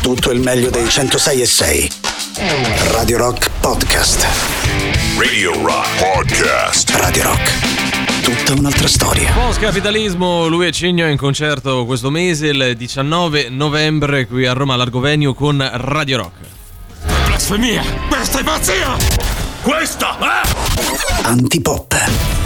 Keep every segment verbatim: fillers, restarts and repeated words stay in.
tutto il meglio dei centosei e sei. Radio Rock Podcast. Radio Rock Podcast. Radio Rock. Tutta un'altra storia. Post capitalismo, lui e Cigno in concerto questo mese, il diciannove novembre, qui a Roma Largo Venue con Radio Rock. Blasfemia! Questa è pazzia! Questa è... Antipop.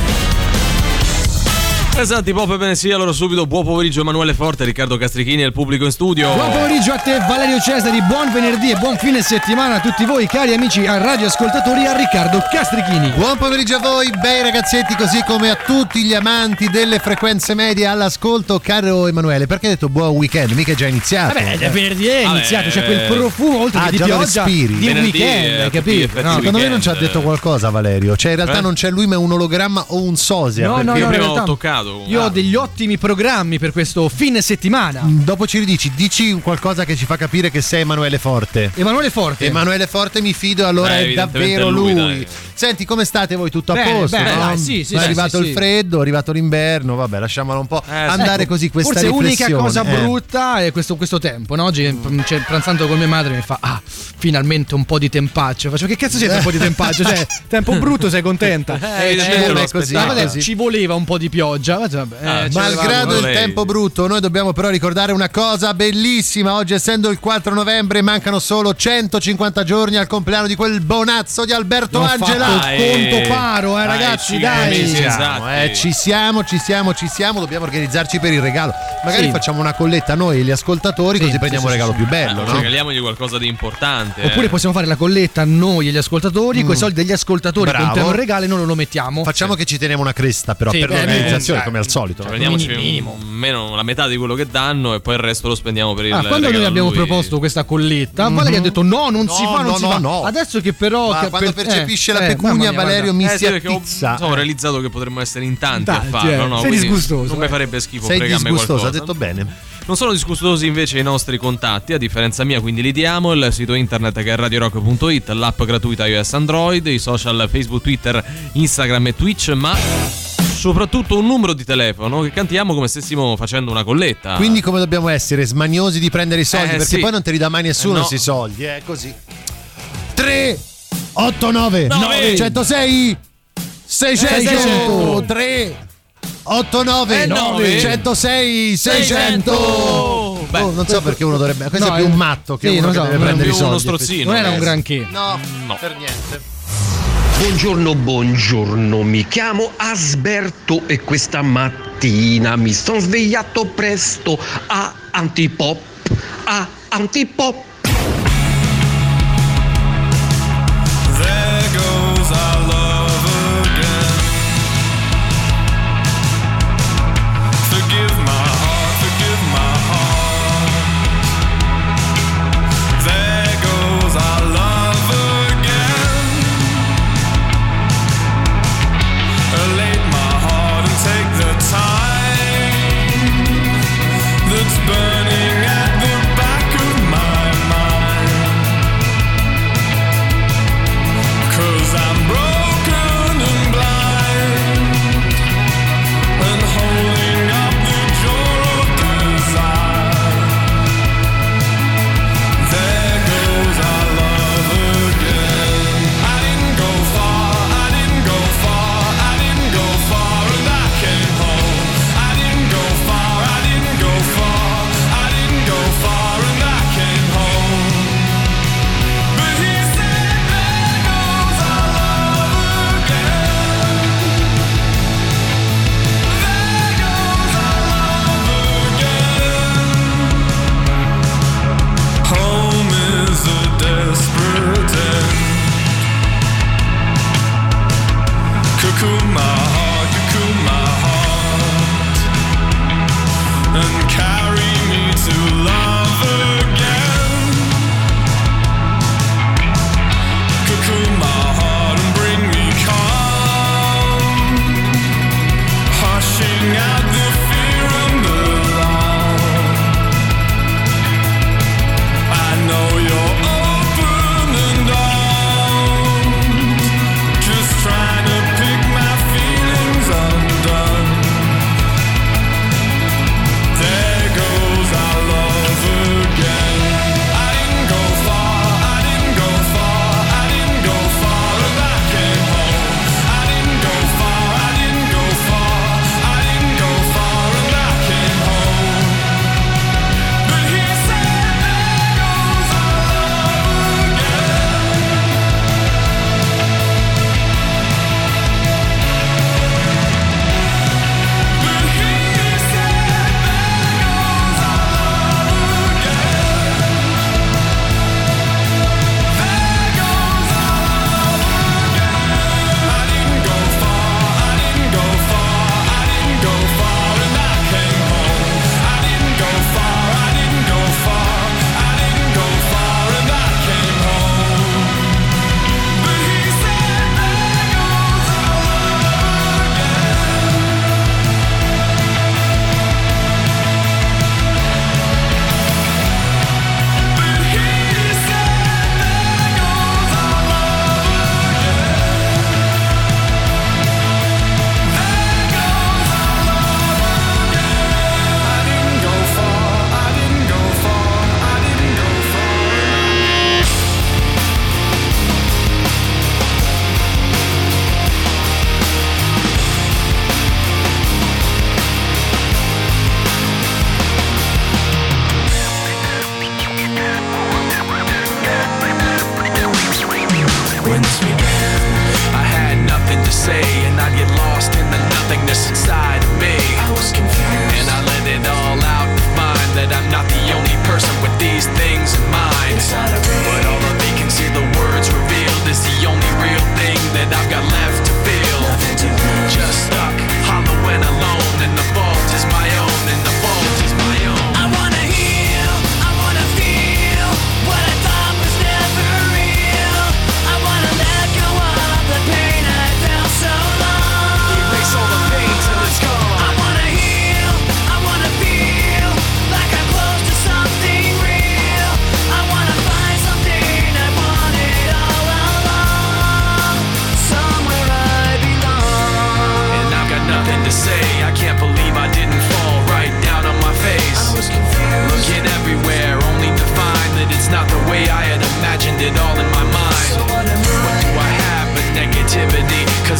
Esatto, pop e bene sì, allora subito buon pomeriggio Emanuele Forte, Riccardo Castrichini e il pubblico in studio. Buon pomeriggio a te Valerio Cesari, buon venerdì e buon fine settimana a tutti voi cari amici a radioascoltatori, a Riccardo Castrichini. Buon pomeriggio a voi bei ragazzetti, così come a tutti gli amanti delle frequenze medie all'ascolto. Caro Emanuele, perché hai detto buon weekend? Mica è già iniziato. Vabbè, da venerdì è Vabbè, iniziato, c'è quel profumo oltre ah, che di già lo pioggia respiri. di Venerdì, weekend, hai eh, capito? No, secondo me non ci ha detto qualcosa Valerio. Cioè in realtà Eh? non c'è lui ma è un ologramma o un sosia. No, perché no, Io no, prima in ho realtà toccato. Io ho degli ottimi programmi per questo fine settimana. Dopo ci ridici, dici qualcosa che ci fa capire che sei Emanuele Forte. Emanuele Forte. Emanuele Forte mi fido, allora Beh, è evidentemente davvero è lui, lui. dai. Senti, come state voi? Tutto a Bene, posto? bene, no? dai, sì, sì, è sì, arrivato sì, il sì. freddo, è arrivato l'inverno, vabbè, lasciamolo un po' Eh, andare Ecco, così questa forse riflessione. l'unica cosa eh. brutta è questo, questo tempo, no? Oggi cioè, pranzando con mia madre mi fa ah, finalmente un po' di tempaccio. Faccio che cazzo siete un po' di tempaccio? Cioè, tempo brutto, sei contenta? Eh, ci, evidentemente vuole- lo così, Ah, vabbè, così. ci voleva un po' di pioggia. Vabbè, eh, Ah, ci Malgrado volevamo. il lei. tempo brutto, noi dobbiamo però ricordare una cosa bellissima. Oggi, essendo il quattro novembre, mancano solo centocinquanta giorni al compleanno di quel bonazzo di Alberto Ho Angela. fatto Dai. il conto paro, eh, ragazzi, cinque dai. mesi Ci siamo, esatti. eh, ci siamo, ci siamo, ci siamo. Dobbiamo organizzarci per il regalo. Magari Sì. facciamo una colletta noi e gli ascoltatori, Sì, così sì, prendiamo sì, un regalo sì, più bello, Ci no? regaliamogli qualcosa di importante. Oppure eh. possiamo fare la colletta noi e gli ascoltatori, con i soldi degli ascoltatori Bravo. contiamo il regalo e noi non lo mettiamo. Facciamo che ci teniamo una cresta, però Sì, per beh, l'organizzazione, beh, come al solito. Cioè, no? prendiamoci minimo. un- meno la metà di quello che danno e poi il resto lo spendiamo per il Ah, quando regalo noi a abbiamo lui. proposto questa colletta, Valerio ha detto no, non si No, fa, non no, si no, fa. no. Adesso che però Ma che quando per- percepisce eh, la eh, pecunia, mamma mia, Valerio guarda. mi Eh, si sì, perché ho, attizza. ho realizzato che potremmo essere in tanti, Tanti, a farlo, eh. no? Sei Quindi disgustoso, non mi eh. farebbe schifo Sei fregarmi disgustoso, ha qualcosa. detto bene. Non sono disgustosi invece i nostri contatti, a differenza mia, quindi li diamo: il sito internet che è radiorock punto it, l'app gratuita iOS Android, i social Facebook, Twitter, Instagram e Twitch, ma soprattutto un numero di telefono che cantiamo come stessimo facendo una colletta. Quindi come dobbiamo essere smaniosi di prendere i soldi, Eh, perché sì. poi non te li dà mai nessuno Eh, no. questi soldi, è così. tre otto nove Nove. centosei seicento seicento. tre otto nove Eh, nove. centosei seicento. Beh, Oh, non so perché uno dovrebbe, questo No, è più eh, un matto che sì, uno non che so, deve non è prendere i più soldi. uno strozzino. Non era un eh. granché. No, No. per niente. Buongiorno, buongiorno, mi chiamo Asberto e questa mattina mi sono svegliato presto a Antipop, a Antipop. There goes our love again. Forgive my heart, forgive my heart. There goes our love again. Elate my heart and take the time that's burning at the back of my mind.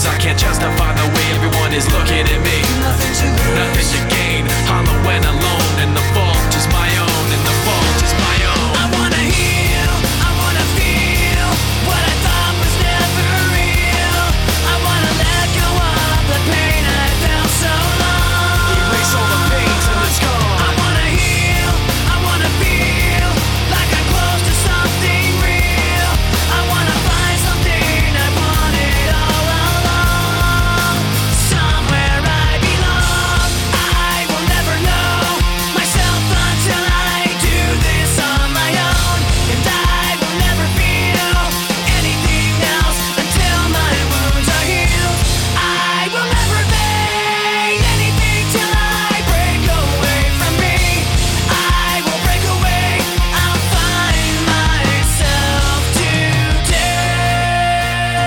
Cause I can't justify the way everyone is looking at me. Nothing to lose, nothing to gain. Hollow when alone, and the fault is my own, and the fault is my own. I wanna heal, I wanna feel what I thought was never real. I wanna let go of the pain I felt so long. Erase all the pain till it's gone. I wanna heal, I wanna feel like I'm close to something real. I wanna find something I wanted all along. Somewhere I belong. I will never know myself until I do this on my own. And I will never feel anything else until my wounds are healed. I will never make anything till I break away from me. I will break away, I'll find myself today.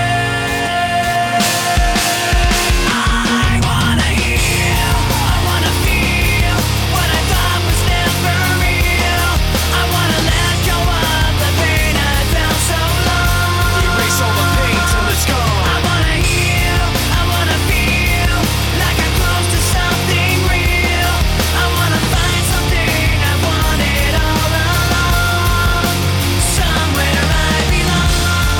I wanna heal, I wanna feel what I thought was never real. I wanna let go of the pain I felt so long. Erase all the pain till it's gone. I wanna heal, I wanna feel like I'm close to something real. I wanna find something I wanted all along. Somewhere I belong.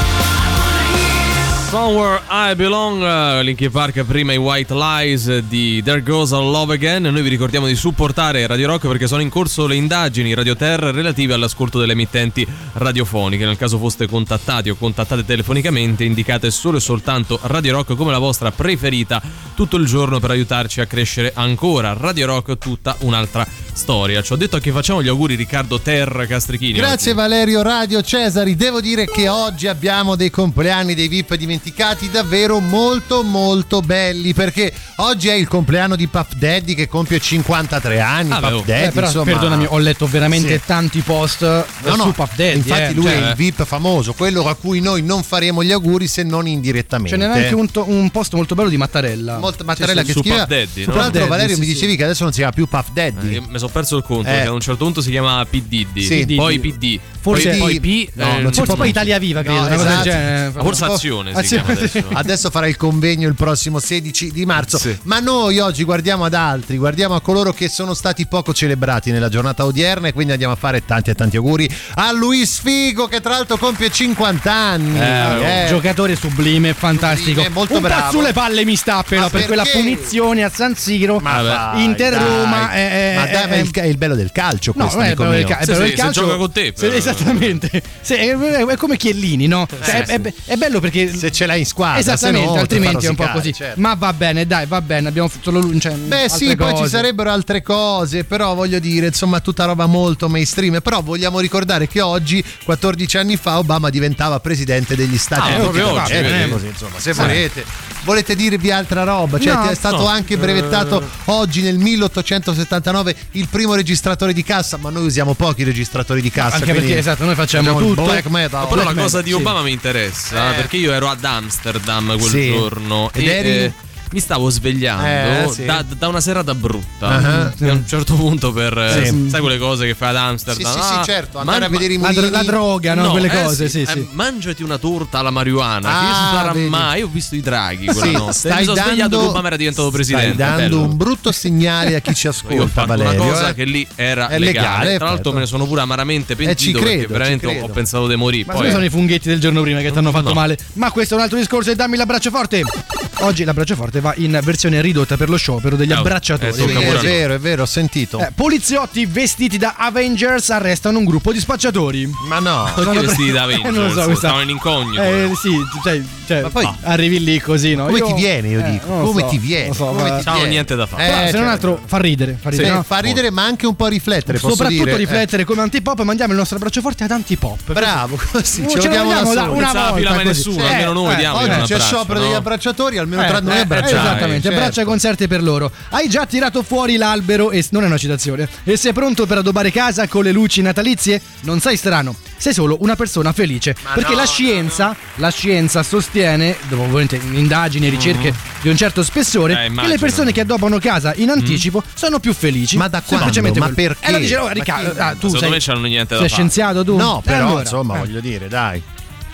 I wanna heal. Somewhere I Belong, uh, Linkin Park, prima i White Lies di There Goes Our Love Again. Noi vi ricordiamo di supportare Radio Rock perché sono in corso le indagini Radio Terra relative all'ascolto delle emittenti radiofoniche. Nel caso foste contattati o contattate telefonicamente, indicate solo e soltanto Radio Rock come la vostra preferita tutto il giorno per aiutarci a crescere ancora. Radio Rock, tutta un'altra storia. Ci ho detto che facciamo gli auguri Riccardo Terra Castrichini. Grazie oggi. Valerio Radio Cesari. Devo dire che oggi abbiamo dei compleanni dei V I P dimenticati davvero molto molto belli, perché oggi è il compleanno di Puff Daddy che compie cinquantatré anni. Ah, Puff beh, Daddy, Eh, però insomma, perdonami, ho letto veramente Sì. tanti post eh, No, no, su Puff Daddy. infatti eh, lui cioè, è il V I P famoso, quello a cui noi non faremo gli auguri se non indirettamente. Ce n'era anche un, to- un post molto bello di Mattarella. Molta Mattarella Sì, che su scriveva. Puff Daddy, Tra no? l'altro, Puff Valerio Daddy, mi sì, dicevi che adesso non si chiama più Puff Daddy. Eh, mi sono perso il conto Eh. perché ad un certo punto si chiama P. Diddy, Sì. poi P D, Forse- poi, poi P, No, eh, non si Forse può- poi Italia Viva, credo. No, una cosa del esatto. genere. Ma forse Azione si Azione, chiama sì. adesso. Adesso farà il convegno il prossimo sedici di marzo. Sì. Ma noi oggi guardiamo ad altri, guardiamo a coloro che sono stati poco celebrati nella giornata odierna, e quindi andiamo a fare tanti e tanti auguri a Luis Figo, che tra l'altro compie cinquanta anni. Eh, Eh. Giocatore sublime, fantastico. Sublime, molto un bravo. po' sulle palle mi sta però Ma per quella perché? punizione a San Siro. Ma vai, Inter dai. Roma. eh, Ma eh, dai, ma eh, è il, è il bello del calcio No, questo, non è amico bello del mio. ca- è Sì, bello sì, del se calcio. gioca con te, Se- però. esattamente. Se- è, è come Chiellini, no? Cioè, sì. è, è- è bello perché Se ce l'hai in squadra, esattamente, se no ti altrimenti fanno è un po' sicare, così. certo. Ma va bene, dai, va bene. Abbiamo solo lui. Cioè, Beh altre sì, poi cose. ci sarebbero altre cose, però voglio dire, insomma, tutta roba molto mainstream. Però vogliamo ricordare che oggi, quattordici anni fa, Obama diventava presidente degli Stati Ah, Uniti. proprio Va oggi, bene, vedi? così, insomma, se volete. Volete dirvi altra roba? Cioè, No, è stato no. anche brevettato oggi nel milleottocentosettantanove il primo registratore di cassa, ma noi usiamo pochi registratori di cassa. Anche quindi perché esatto, noi facciamo facciamo il tutto. black metal. Ma però la Black cosa Man, di sì. Obama mi interessa Eh. perché io ero ad Amsterdam quel Sì. giorno Ed e eri? eh, mi stavo svegliando Eh, sì. da, da una serata brutta. Ah. E a un certo punto per eh, Sì. sai quelle cose che fai ad Sì, Amsterdam. sì, sì, Ah, certo, andare man- a vedere i La, mulini. dro- la droga, no? No, Quelle eh, cose, sì, eh, sì. mangiati una torta alla marijuana. Ah, che io si sarà vedi. mai. Io ho visto i draghi quella Sì, notte. stai mi sono svegliato dando- che Obama era diventato presidente. Stai dando Bello. un brutto segnale a chi ci Io ho ascolta, fatto Valerio. una cosa eh. che lì era È legale. legale, Tra l'altro certo. me ne sono pure amaramente pentito ci credo, perché ci veramente ho- credo. ho pensato di morire. Ma Poi come sono i funghetti del giorno prima che ti hanno fatto No. male? Ma questo è un altro discorso e dammi l'abbraccio forte. Oggi l'abbraccio forte va in versione ridotta per lo sciopero degli Eh, abbracciatori. eh, Sì, tocca è pure a noi. vero, è vero, ho sentito. Eh, poliziotti vestiti da Avengers arrestano un gruppo di spacciatori. Ma no. Perché Sono vestiti da pre- Avengers? non lo so, questa- Stavano in incognito. Eh sì, cioè, cioè, Ma poi- no, arrivi lì così, no? Come Io- ti viene, io eh, dico? non lo Come so, ti viene? non lo so, Come ma- ti Non hanno viene? niente da fare. Però, se non certo. altro fa ridere, fa ridere, Sì, no? fa ridere, ma anche un po' riflettere, posso Soprattutto dire. riflettere come antipop, mandiamo il nostro abbraccio forte ad antipop. Eh, bravo, così Non ce ce lo lo diamo da vediamo da soli. una Non sa la volta fila mai così. nessuno, Eh, almeno noi eh, diamo Oggi un c'è abbraccio, sciopero no? degli abbracciatori, almeno Eh, tra noi eh, abbracciare. esattamente, certo. braccia conserte per loro. Hai già tirato fuori l'albero e non è una citazione. E sei pronto per addobbare casa con le luci natalizie? Non sei strano, sei solo una persona felice. Perché no, la scienza, la scienza sostiene, dopo ovviamente indagini e ricerche di un certo spessore, Eh, che immagino. le persone che addobbano casa in anticipo sono più felici. Ma da quando? Semplicemente Ma quello. perché? E lo dice, oh, Ma Riccardo, chi- ah, tu Secondo sei, me c'hanno niente da sei fare. scienziato tu? No, E però allora? insomma, Eh. voglio dire, dai.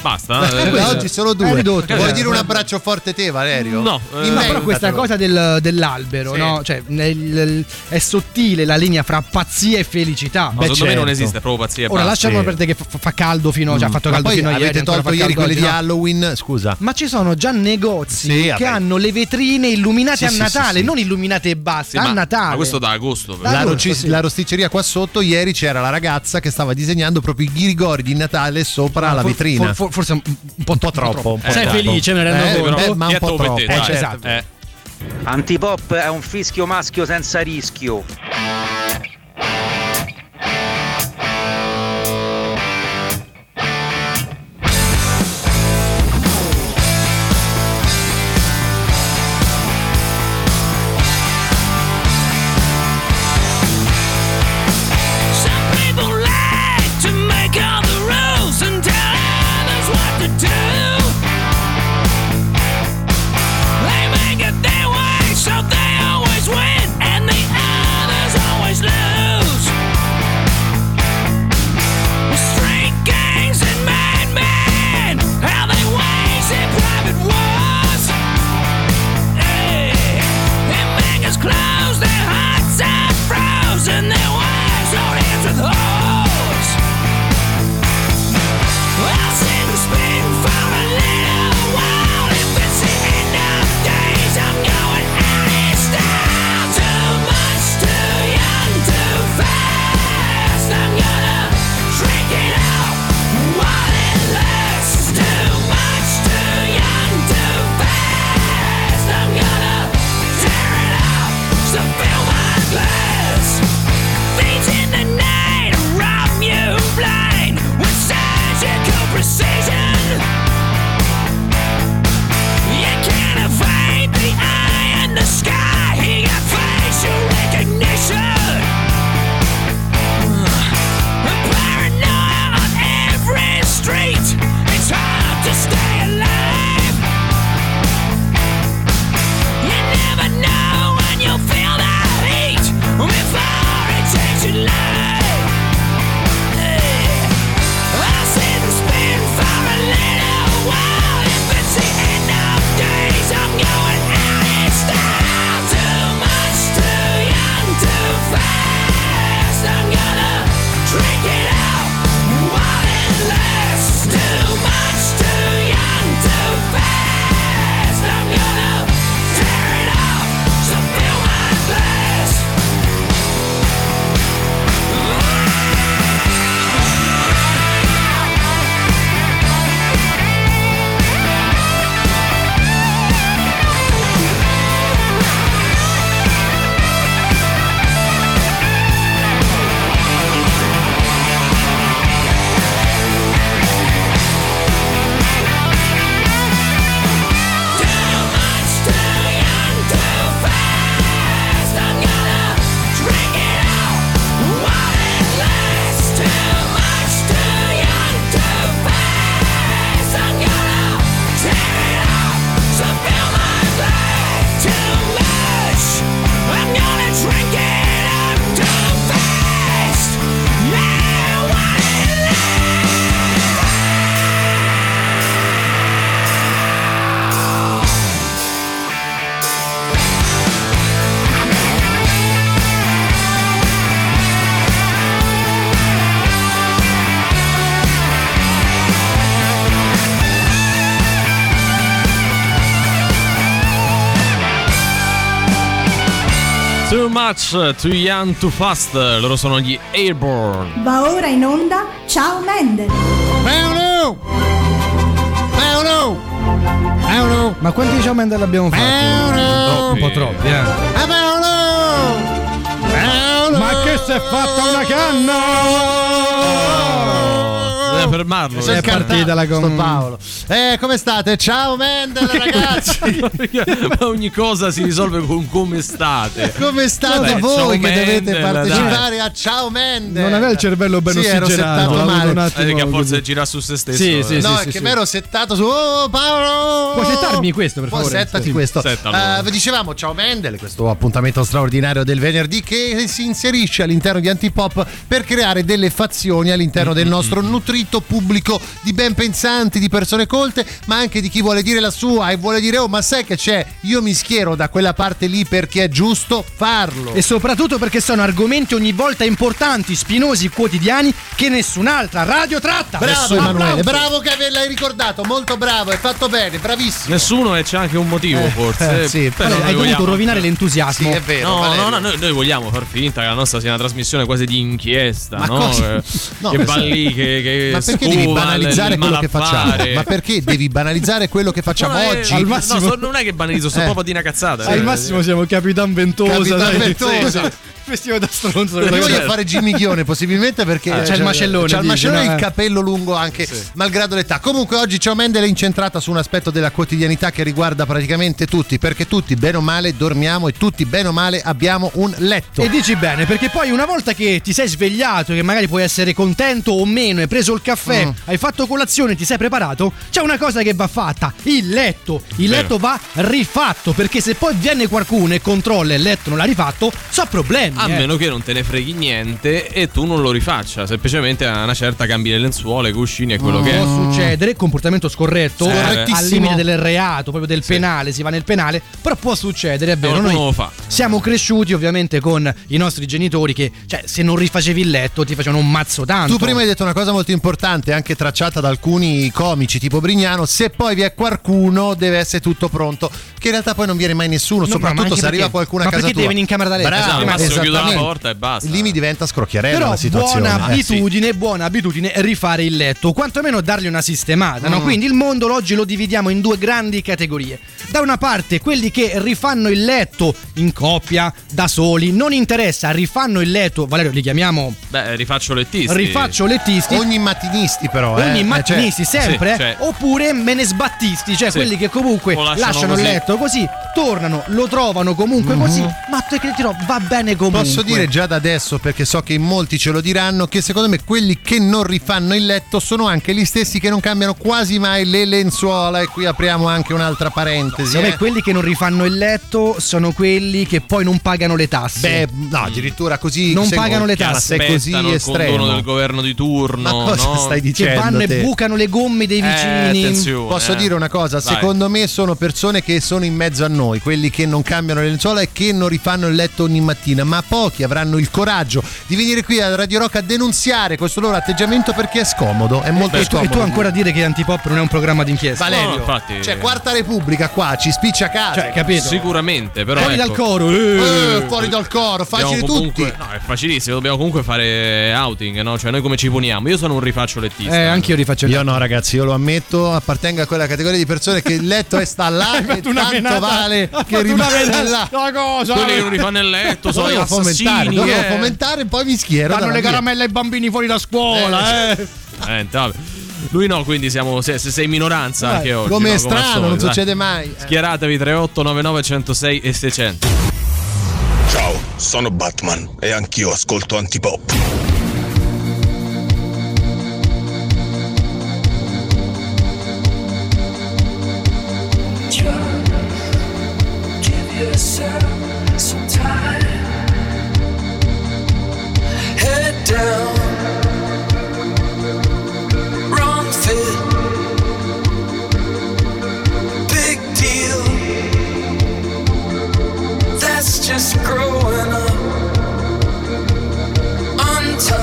Basta. Eh, oggi sono due. È ridotto. Vuoi Eh, dire un eh. abbraccio forte te, Valerio? No, eh, No, però questa cosa del- dell'albero, Sì. no? Cioè, nel- è sottile la linea fra pazzia e felicità. No, secondo me non certo. esiste proprio pazzia e Ora basta. lasciamo perdere che fa, fa caldo fino, cioè ha fatto Ma caldo poi fino a ieri. avete ancora tolto fa ieri caldo quelli oggi, di no? Halloween, scusa. Ma ci sono già negozi Sì, che vabbè. hanno le vetrine illuminate Sì, a sì, Natale, sì, sì. non illuminate e basta, Sì, a ma- Natale. Ma questo da agosto. Da però. La, agosto, roci- sì. la rosticceria qua sotto, ieri c'era la ragazza che stava disegnando proprio i ghirigori di Natale sopra la For- vetrina. for- for- forse un, un po', un po' troppo. un po' Sei troppo. felice, me ne rendo Eh, conto. beh, ma un Dietro po' troppo. vedete, Eh, dai. certo. esatto. Eh. Antipop è un fischio maschio senza rischio. Some people like to make all the rules and tell others what to do. They make it their way, so they always win, and the others always lose. Street gangs and madmen, how they wage their private wars. Hey, their mangers closed, their hearts are frozen, their wives hold hands with whores. I'll sit and spin for a little while. If it's the end of days, I'm going out in style. Too much, too young, too fast. I'm gonna drink it out while it lasts. Too much, too young, too fast. I'm gonna tear it out, so fill my glass. Thieves in the night rob you blind with surgical precision. You can't evade the eye in the sky. He got facial recognition. Paranoia on every street. It's hard to stay alive. You never know when you'll feel the heat before it takes your life. I'll sit and spin for a little while. If it's the end of days, I'm going out in style. Too much, too young, too fast. I'm gonna drink it out while it lasts. Too much, too young, too fast. I'm gonna tear it out, so fill my glass. Too much, too young, too fast. I'm gonna drink it out while it lasts. Too much, too young, too fast. I'm gonna tear it out, so fill my glass. Too much, I'm gonna drink it up too fast. Yeah, while it Too much, too young, too fast. Loro sono gli Airborne. Va ora in onda Ciao Mendel. Paolo! Paolo! Paolo! Ma quanti ciao Mendel abbiamo fatto? Paolo! Un po' troppi, eh. Ah, Paolo! Paolo! Ma che si è fatta una canna? Bisogna fermarlo. È partita la con con- Paolo. Eh, come state? Ciao Mendel, ragazzi. Ma ogni cosa si risolve con come state. Come state Vabbè, voi ciao che Mendel, dovete partecipare dai. a Ciao Mendel? Non aveva il cervello ben Sì, ero ossigenato. settato ha avuto male. un attimo Eh, che forse così. gira su se stesso. Sì, eh. sì, No, sì, è che sì. mi ero settato su Oh Paolo. Puoi settarmi questo, per Puoi favore? settati Sì. questo. Settalo. Eh, vi dicevamo Ciao Mendel, questo appuntamento straordinario del venerdì che si inserisce all'interno di Antipop per creare delle fazioni all'interno del nostro nutrito molto pubblico di ben pensanti, di persone colte, ma anche di chi vuole dire la sua e vuole dire: oh, ma sai che c'è? Io mi schiero da quella parte lì perché è giusto farlo. E soprattutto perché sono argomenti ogni volta importanti, spinosi, quotidiani che nessun'altra radio tratta. Bravo Emanuele, Applauso. bravo che l'hai ricordato, molto bravo, hai fatto bene, bravissimo. Nessuno, e c'è anche un motivo Eh, forse. eh, sì, Però Vabbè, noi hai dovuto vogliamo- rovinare l'entusiasmo. Sì, è vero. No, Valerio. no, no, noi, noi vogliamo far finta che la nostra sia una trasmissione quasi di inchiesta, Ma no? cosa? Eh, No, che ma- va lì, che, che Ma perché sfuma devi il- banalizzare il quello che facciamo? malaffare. Ma perché devi banalizzare quello che facciamo No, eh, oggi? al no, massimo- so- non è che banalizzo, sto Eh. proprio di una cazzata. Al eh. massimo siamo Capitan Ventosa. Capitan sai? Ventosa. Sì, sì. Vestito da stronzo. Io quello voglio che- fare Jimmy Ghione possibilmente perché Ah, c'è il macellone, c'è il dici, macellone e no? il capello lungo anche malgrado l'età. Comunque oggi Ciao Mendel è incentrata su un aspetto della quotidianità che riguarda praticamente tutti, perché tutti bene o male dormiamo e tutti bene o male abbiamo un letto. E dici bene, perché poi una volta che ti sei svegliato, che magari puoi essere contento o meno, hai preso il caffè, Mm. hai fatto colazione, ti sei preparato, c'è una cosa che va fatta: il letto. Il Vero. letto va rifatto, perché se poi viene qualcuno e controlla e il letto non l'ha rifatto, so problemi. A eh. meno che non te ne freghi niente e tu non lo rifaccia, semplicemente a una certa cambi le lenzuola, i cuscini e quello che è. Può succedere, comportamento scorretto, Scorrettissimo. al limite del reato, proprio del penale, si va nel penale, però può succedere, è vero. Qualcuno Noi lo fa. siamo cresciuti ovviamente con i nostri genitori che, cioè, se non rifacevi il letto ti facevano un mazzo tanto. Tu prima hai detto una cosa molto importante, anche tracciata da alcuni comici tipo Brignano: se poi vi è qualcuno deve essere tutto pronto, che in realtà poi non viene mai nessuno, No, ma soprattutto anche se arriva perché- qualcuno a ma casa perché tua. devi venire in camera da letto? Bravo, Esatto, prima- ma se chiudo la esattamente. porta e basta. Lì mi diventa scrocchiarella Però la situazione. buona Eh. abitudine, buona abitudine rifare il letto, quantomeno dargli una sistemata, no? Mm. Quindi il mondo oggi lo dividiamo in due grandi categorie. Da una parte quelli che rifanno il letto in coppia, da soli, non interessa, rifanno il letto, Valerio li chiamiamo Beh, rifaccio lettisti. rifaccio lettisti. Ogni mattinisti però, eh. Ogni Eh, mattinisti cioè- sempre, sì, cioè- oppure me ne sbattisti, cioè Sì. quelli che comunque Lo lasciano lasciano il così. letto così, tornano, lo trovano comunque così, ma te che dirò, va bene comunque. Posso dire già da adesso, perché so che in molti ce lo diranno, che secondo me quelli che non rifanno il letto sono anche gli stessi che non cambiano quasi mai le lenzuola, e qui apriamo anche un'altra parentesi. Secondo eh. me quelli che non rifanno il letto sono quelli che poi non pagano le tasse. Beh, no, addirittura così Non se- pagano le che tasse. se è così Aspettano il estremo. condono del governo di turno. Ma cosa no? stai che dicendo? vanno e te? bucano le gomme dei Eh, vicini. attenzione, Posso eh. dire una cosa? Vai. Secondo me sono persone che sono in mezzo a noi, quelli che non cambiano le lenzuola e che non rifanno il letto ogni mattina, ma pochi avranno il coraggio di venire qui a Radio Rock a denunziare questo loro atteggiamento, perché è scomodo, è molto e, tu, scomodo. e tu ancora dire che Antipop non è un programma d'inchiesta. Valerio, No, infatti- cioè Quarta Repubblica qua ci spiccia a casa. Cioè, capito? Sicuramente, però. Fuori ecco, dal coro. Eh, fuori dal coro, dobbiamo facili comunque- tutti. No, è facilissimo, dobbiamo comunque fare outing, no? Cioè, noi come ci poniamo? Io sono un rifaccio lettista. Eh, anche io rifaccio il Io letto. no, ragazzi, io lo ammetto, appartengo a quella categoria di persone che il letto è sta là e fatto una tanto menata- vale ha che fatto una rimane menata- là. La cosa. Quelli che non rifanno il letto sono gli Dovevo fomentare, assassini. dovevo eh. fomentare e poi mi schiero. Danno dalla le mia. caramelle ai bambini fuori da scuola, eh. Eh, vabbè. Lui no, quindi siamo, se, se sei minoranza Dai, anche oggi. come no? è strano, al solito, non dai. succede mai. Eh. Schieratevi tre otto nove nove uno zero sei e seicento. Ciao, sono Batman e anch'io ascolto Antipop. Give yourself some time. Head down. Wrong fit. Big deal. That's just growing up. Untied.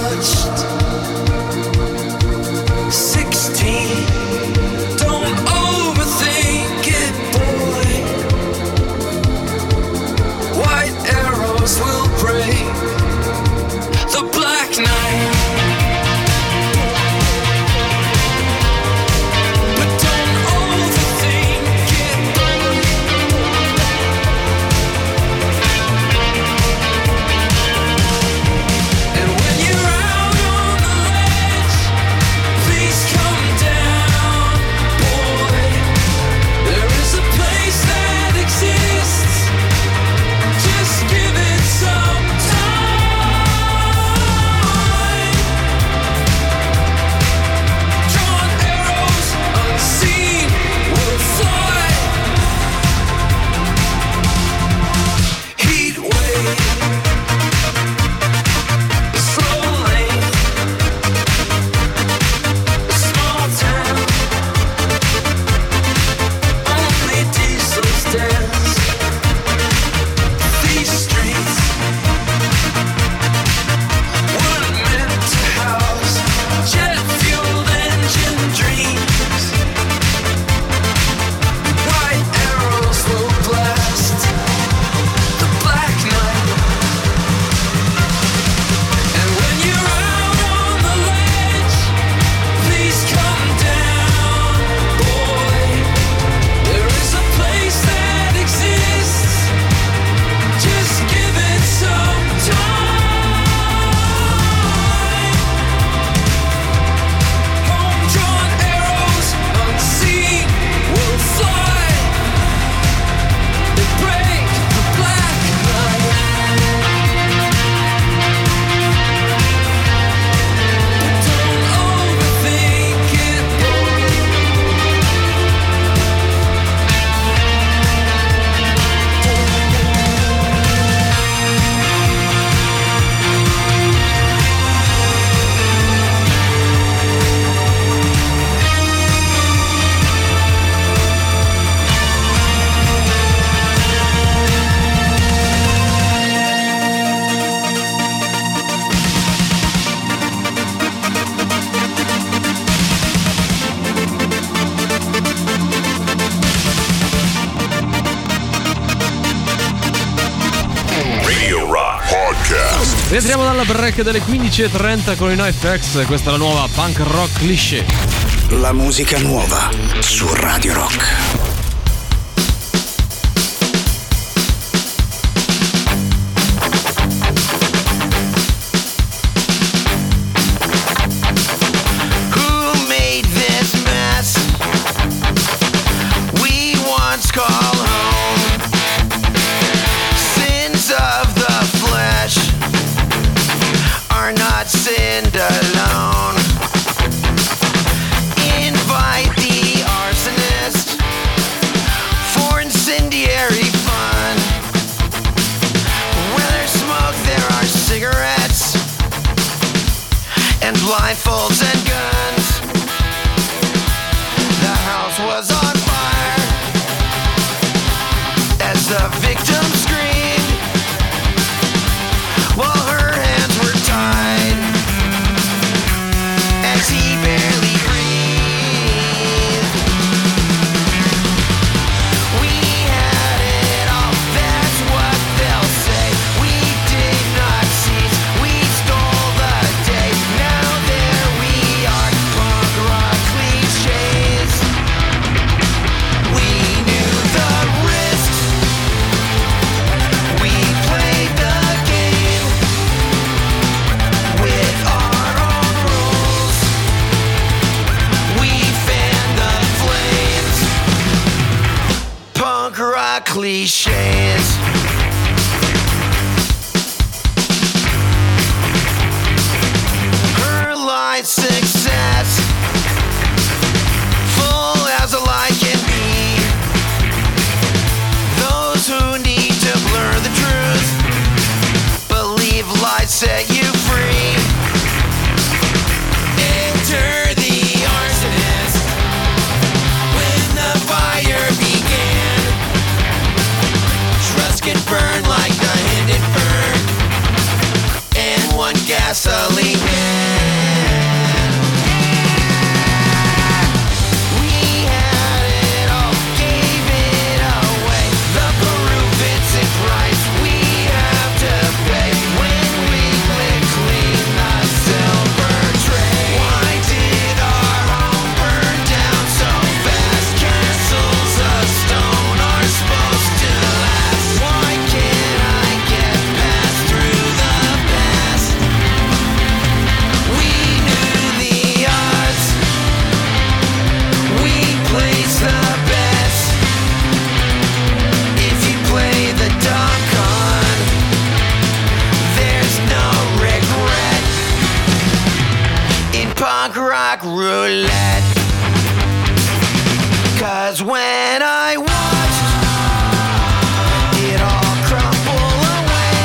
Rientriamo dalla break delle quindici e trenta con i NoFX. Questa è la nuova punk rock cliché. La musica nuova su Radio Rock. Call home. Sins of the flesh are not sinned alone. Invite the arsonist for incendiary fun. Where there's smoke, there are cigarettes and blindfolds and guns. The house was on fire as the victim screamed while her hands were tied as he barely breathed. We had it all, that's what they'll say. We did not cease, we stole the day. Now there we are, punk rock cliches. We knew the risks, we played the game with our own rules. We fanned the flames. Punk rock cliches. Her life success, full as a lie can be. Those who need to blur the truth believe lies set you free. Enter the arsonist when the fire began. Trust can burn like the Hindenburg and one gasoline man. We had it all, gave it away. The Peru Vincent price we have to pay when we lick clean the silver tray. Why did our home burn down so fast? Castles of stone are supposed to last. Why can't I get past through the past? We knew the odds, we placed the bets. If you play the dumb con, there's no regret in punk rock roulette. Cause when I watched it all crumble away,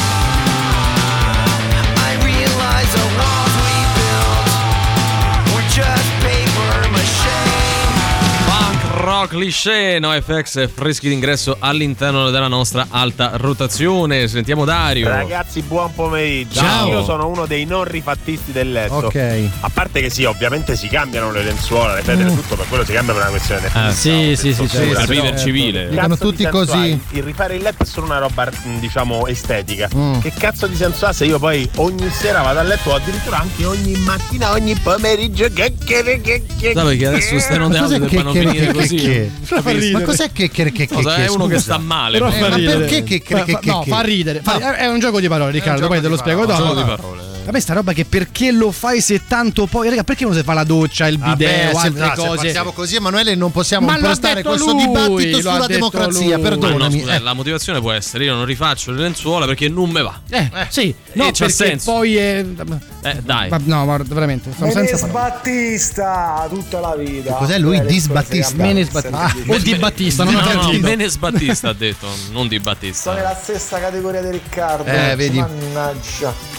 I realized the walls we built were just paper mache. Punk rock cliché, NoFX, freschi d'ingresso all'interno della nostra alta rotazione. Sentiamo Dario. Ragazzi, buon pomeriggio. Ciao. Io sono uno dei non rifattisti del letto. Ok. A parte che sì, ovviamente si cambiano le lenzuola, le federe, Mm. tutto, per quello si cambia per una questione di Eh, sì, sì, sì, sì, per sì, vivere sì. civile. Dicono Cazzo tutti di senso così. hai? Il rifare il letto è solo una roba, diciamo, estetica. Mm. Che cazzo di senso ha se io poi ogni sera vado a letto o addirittura anche ogni mattina, ogni pomeriggio? Che che che che Sai perché adesso ste note Cos'è audio che- debbano che- finire che- così. che- Capisci? Ma cos'è che che che Cosa, che è uno che scusa? sta male. Però ma- fa ma ridere. perché che- che- Fa- che- fa- che- no, che- fa ridere. Fa- No. È un gioco di parole, Riccardo. gioco Poi te di lo spiego parole, dopo. Gioco di no. parole. A me sta roba che perché lo fai se tanto poi, raga, perché non si fa la doccia, il Vabbè, bidet o se, altre no, se cose? partiamo così, Emanuele, non possiamo Ma l'ha impostare detto questo lui, dibattito lo sulla ha detto democrazia, lui. Ma no, perdonami. scusa, eh. la motivazione può essere: io non rifaccio le lenzuola perché non me va. Eh, sì, no, c'ha perché senso. poi è... Eh, dai. Ma- no, guarda, veramente, sono senza Menes parole. Battista tutta la vita. Cos'è lui? Quelle Dis cose Battista? che Menes andate Battista. sempre O di Battista, non No, ho no, sentito. Menes Battista ha detto, non di Sono Battista. nella stessa categoria di Riccardo. Eh, vedi. Mannaggia.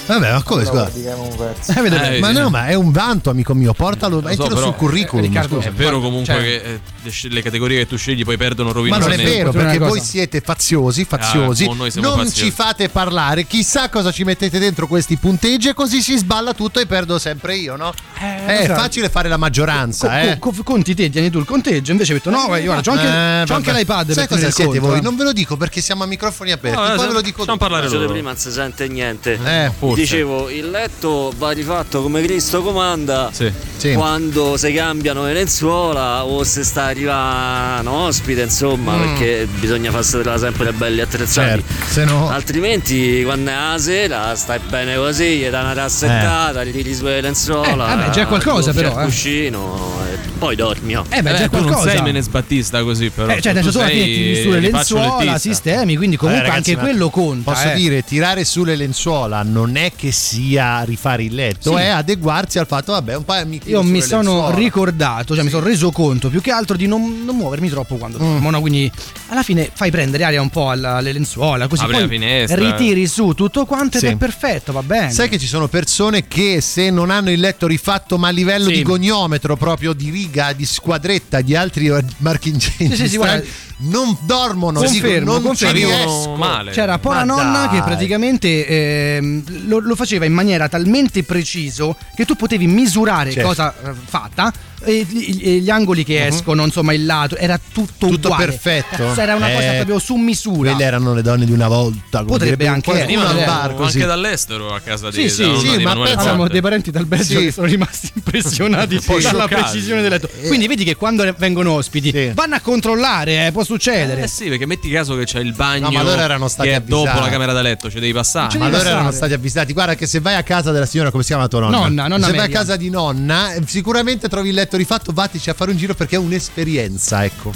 Vabbè, ma come scusa? Eh, vede, Eh, ma sì. no, ma è un vanto, amico mio, portalo, mettilo però, sul curriculum. eh, Riccardo, scusa. È vero comunque Cioè- che eh, le sc- le categorie che tu scegli poi perdono Ma non è rovinosamente. vero, Posso dire perché una voi cosa? siete faziosi, faziosi, Ah, noi siamo non faziosi. ci fate parlare, chissà cosa ci mettete dentro questi punteggi e così si sballa tutto e perdo sempre io, no? Eh, è esatto. facile fare la maggioranza, Co- eh. co- co- conti te, tieni tu il conteggio. Invece ho detto no, guarda, guarda, c'ho anche, Eh, c'ho anche vabbè. l'iPad. Sai per tenere cosa il siete conto, voi? eh. Non ve lo dico perché siamo a microfoni aperti, No, poi eh, ve lo dico facciamo dopo. parlare Faccio loro. prima non si sente niente. Eh, forse. Dicevo, il letto va rifatto come Cristo comanda. Sì. Sì. Quando si cambiano le lenzuola o se sta arrivando ospite, insomma, Mm. perché bisogna far stare sempre belli attrezzati. Certo, se no Altrimenti, quando è la sera, stai bene così, gli dai una rassettata, gli tiri su le lenzuola. Eh, vabbè, già è qualcosa, gonfia però, il eh. cuscino e poi dormi. oh. Eh beh, Eh, già tu non qualcosa. sei menesbattista così, però. Eh, cioè, adesso tu alla fine tiri sulle lenzuola, sistemi, quindi comunque Eh, ragazzi, anche ma quello conta. Posso eh. dire, tirare sulle lenzuola non è che sia rifare il letto, Sì. è adeguarsi al fatto, vabbè, un po' mi tiro Io mi sulle sono lenzuola. ricordato, cioè mi sono reso conto più che altro di non, non muovermi troppo quando Mm. dormo, no? Quindi alla fine fai prendere aria un po' alla- alle lenzuola, così Apri poi la finestra. ritiri su tutto quanto Sì. ed è perfetto, va bene. Sai che ci sono persone che se non hanno il letto rifatto ma a livello Sì. di goniometro, proprio di riga, di squadretta, di altri marchingegni, Sì, sì, sì, strani, guarda. non dormono, Confermo, dico, non ci confermo. riesco. male. C'era poi la Ma nonna dai. che praticamente ehm, lo, lo faceva in maniera talmente preciso che tu potevi misurare Certo. cosa eh, fatta e gli, e gli angoli che escono, insomma il lato, era tutto, Tutto uguale. perfetto. Cazzo, era una cosa Eh, proprio su misura. Quelle erano le donne di una volta. come Potrebbe direbbe anche qualcuno essere, al eh. bar, così. Anche dall'estero a casa Sì, di sì, della nonna sì, di ma Emanuele pensa- Avevamo Conte. dei parenti dal Belgio Sì. che sono rimasti impressionati Un po' dalla scioccati. precisione del letto. Quindi vedi che quando vengono ospiti Sì. vanno a controllare, eh, può succedere. Eh sì, perché metti caso che c'è il bagno No, ma loro erano stati che è dopo avvisati. la camera da letto, ci devi passare. Ci Ma devi allora erano passare. stati avvisati. Guarda che se vai a casa della signora, come si chiama tua nonna? Nonna, nonna se vai a Media. casa di nonna, eh, sicuramente trovi il letto rifatto, vattici a fare un giro perché è un'esperienza, ecco.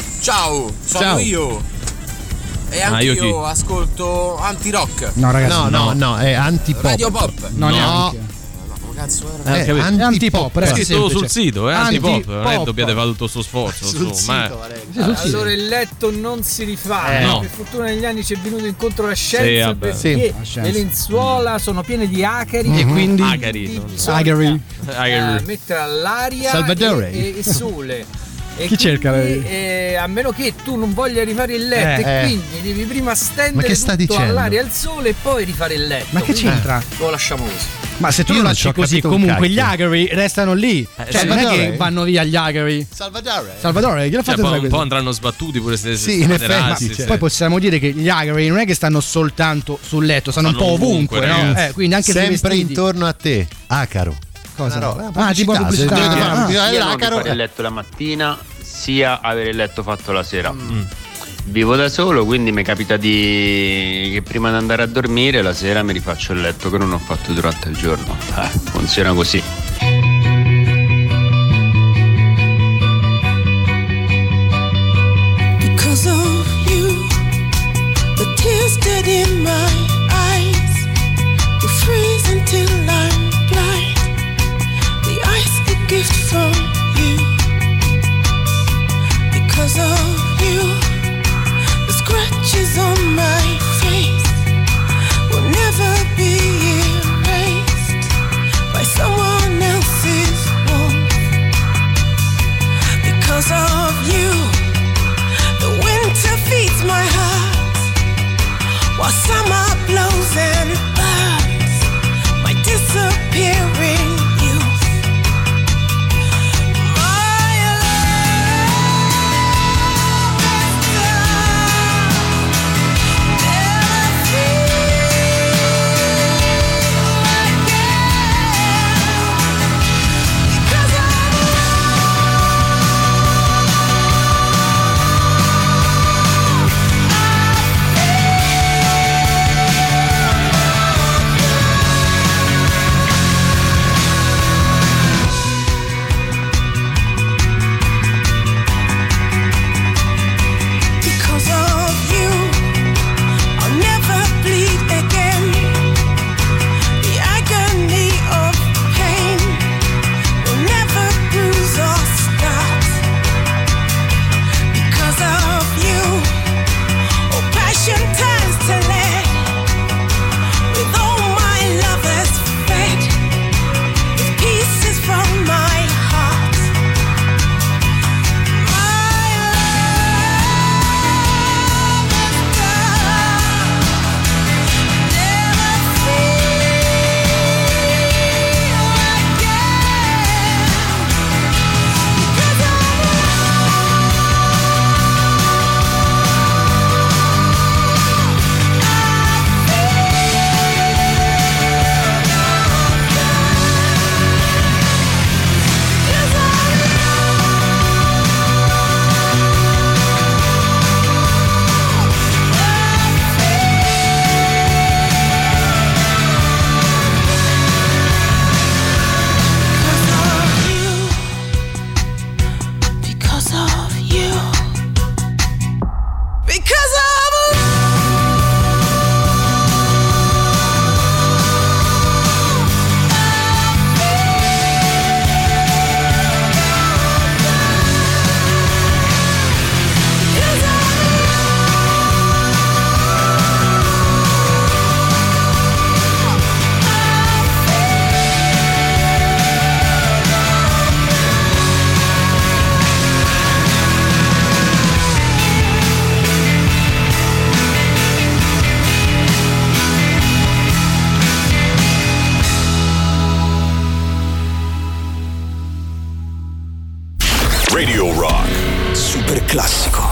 Ciao, sono Ciao. io. E Ah, anche io io, chi? ascolto anti-rock. No, ragazzi. No, no, no, è antipop. Radio Pop. No, No. neanche. Ma cazzo era? Eh, capito. antipop. È antipop, È ragazzi. scritto semplice. sul sito, eh, antipop, non è che Antipop. dobbiate fare tutto sto sforzo, Sul insomma, sito, eh. Valerio. Sì, sul sito. Allora il letto non si rifà, Eh, no. per fortuna negli anni ci è venuto incontro la Sì, scienza vabbè. perché Sì, la scienza. le lenzuola sono piene di acari E quindi Acari, non- bisogna, Agari. Agari. eh, mettere all'aria Salvadore. e, e, e sole. E Chi cerca quindi, lei? eh, a meno che tu non voglia rifare il letto Eh, e eh. quindi devi prima Ma stendere che sta tutto dicendo? all'aria e al sole e poi rifare il letto. Ma che Quindi c'entra? Lo lasciamo così. Ma se tu Io lo non lasci ci ho così, capito un comunque gli cacchio. agari restano lì. Eh, Cioè, non è Salvadore? che vanno via gli agari. Salvadore. Salvatore, che l'ha Cioè, fatto poi fare un po' questo? andranno sbattuti pure se Sì, in effetti, materassi, cioè. sì. Poi possiamo dire che gli agari non è che stanno soltanto sul letto, stanno, Stanno un po' ovunque, ovunque, no? ragazzi. Eh, quindi anche sui Sempre vestiti. intorno a te. Acaro. Cosa? Una roba, Ah, tipo una pubblicità. pubblicità. Se dovete fare una Ah. pubblicità Sia non dell'acaro, rifare il eh. letto la mattina, sia avere il letto fatto la sera. Vivo da solo, quindi mi capita di che prima di andare a dormire la sera mi rifaccio il letto che non ho fatto durante il giorno. Eh, funziona così. Because of you, the tears stood in my eyes. You freeze until I'm blind. The ice, a gift from you. Because of you, the scratches on my face will never be erased by someone else's warmth. Because of you, the winter feeds my heart, while summer blows and burns my disappearing youth. My love is done, never feel Radio Rock. Super classico.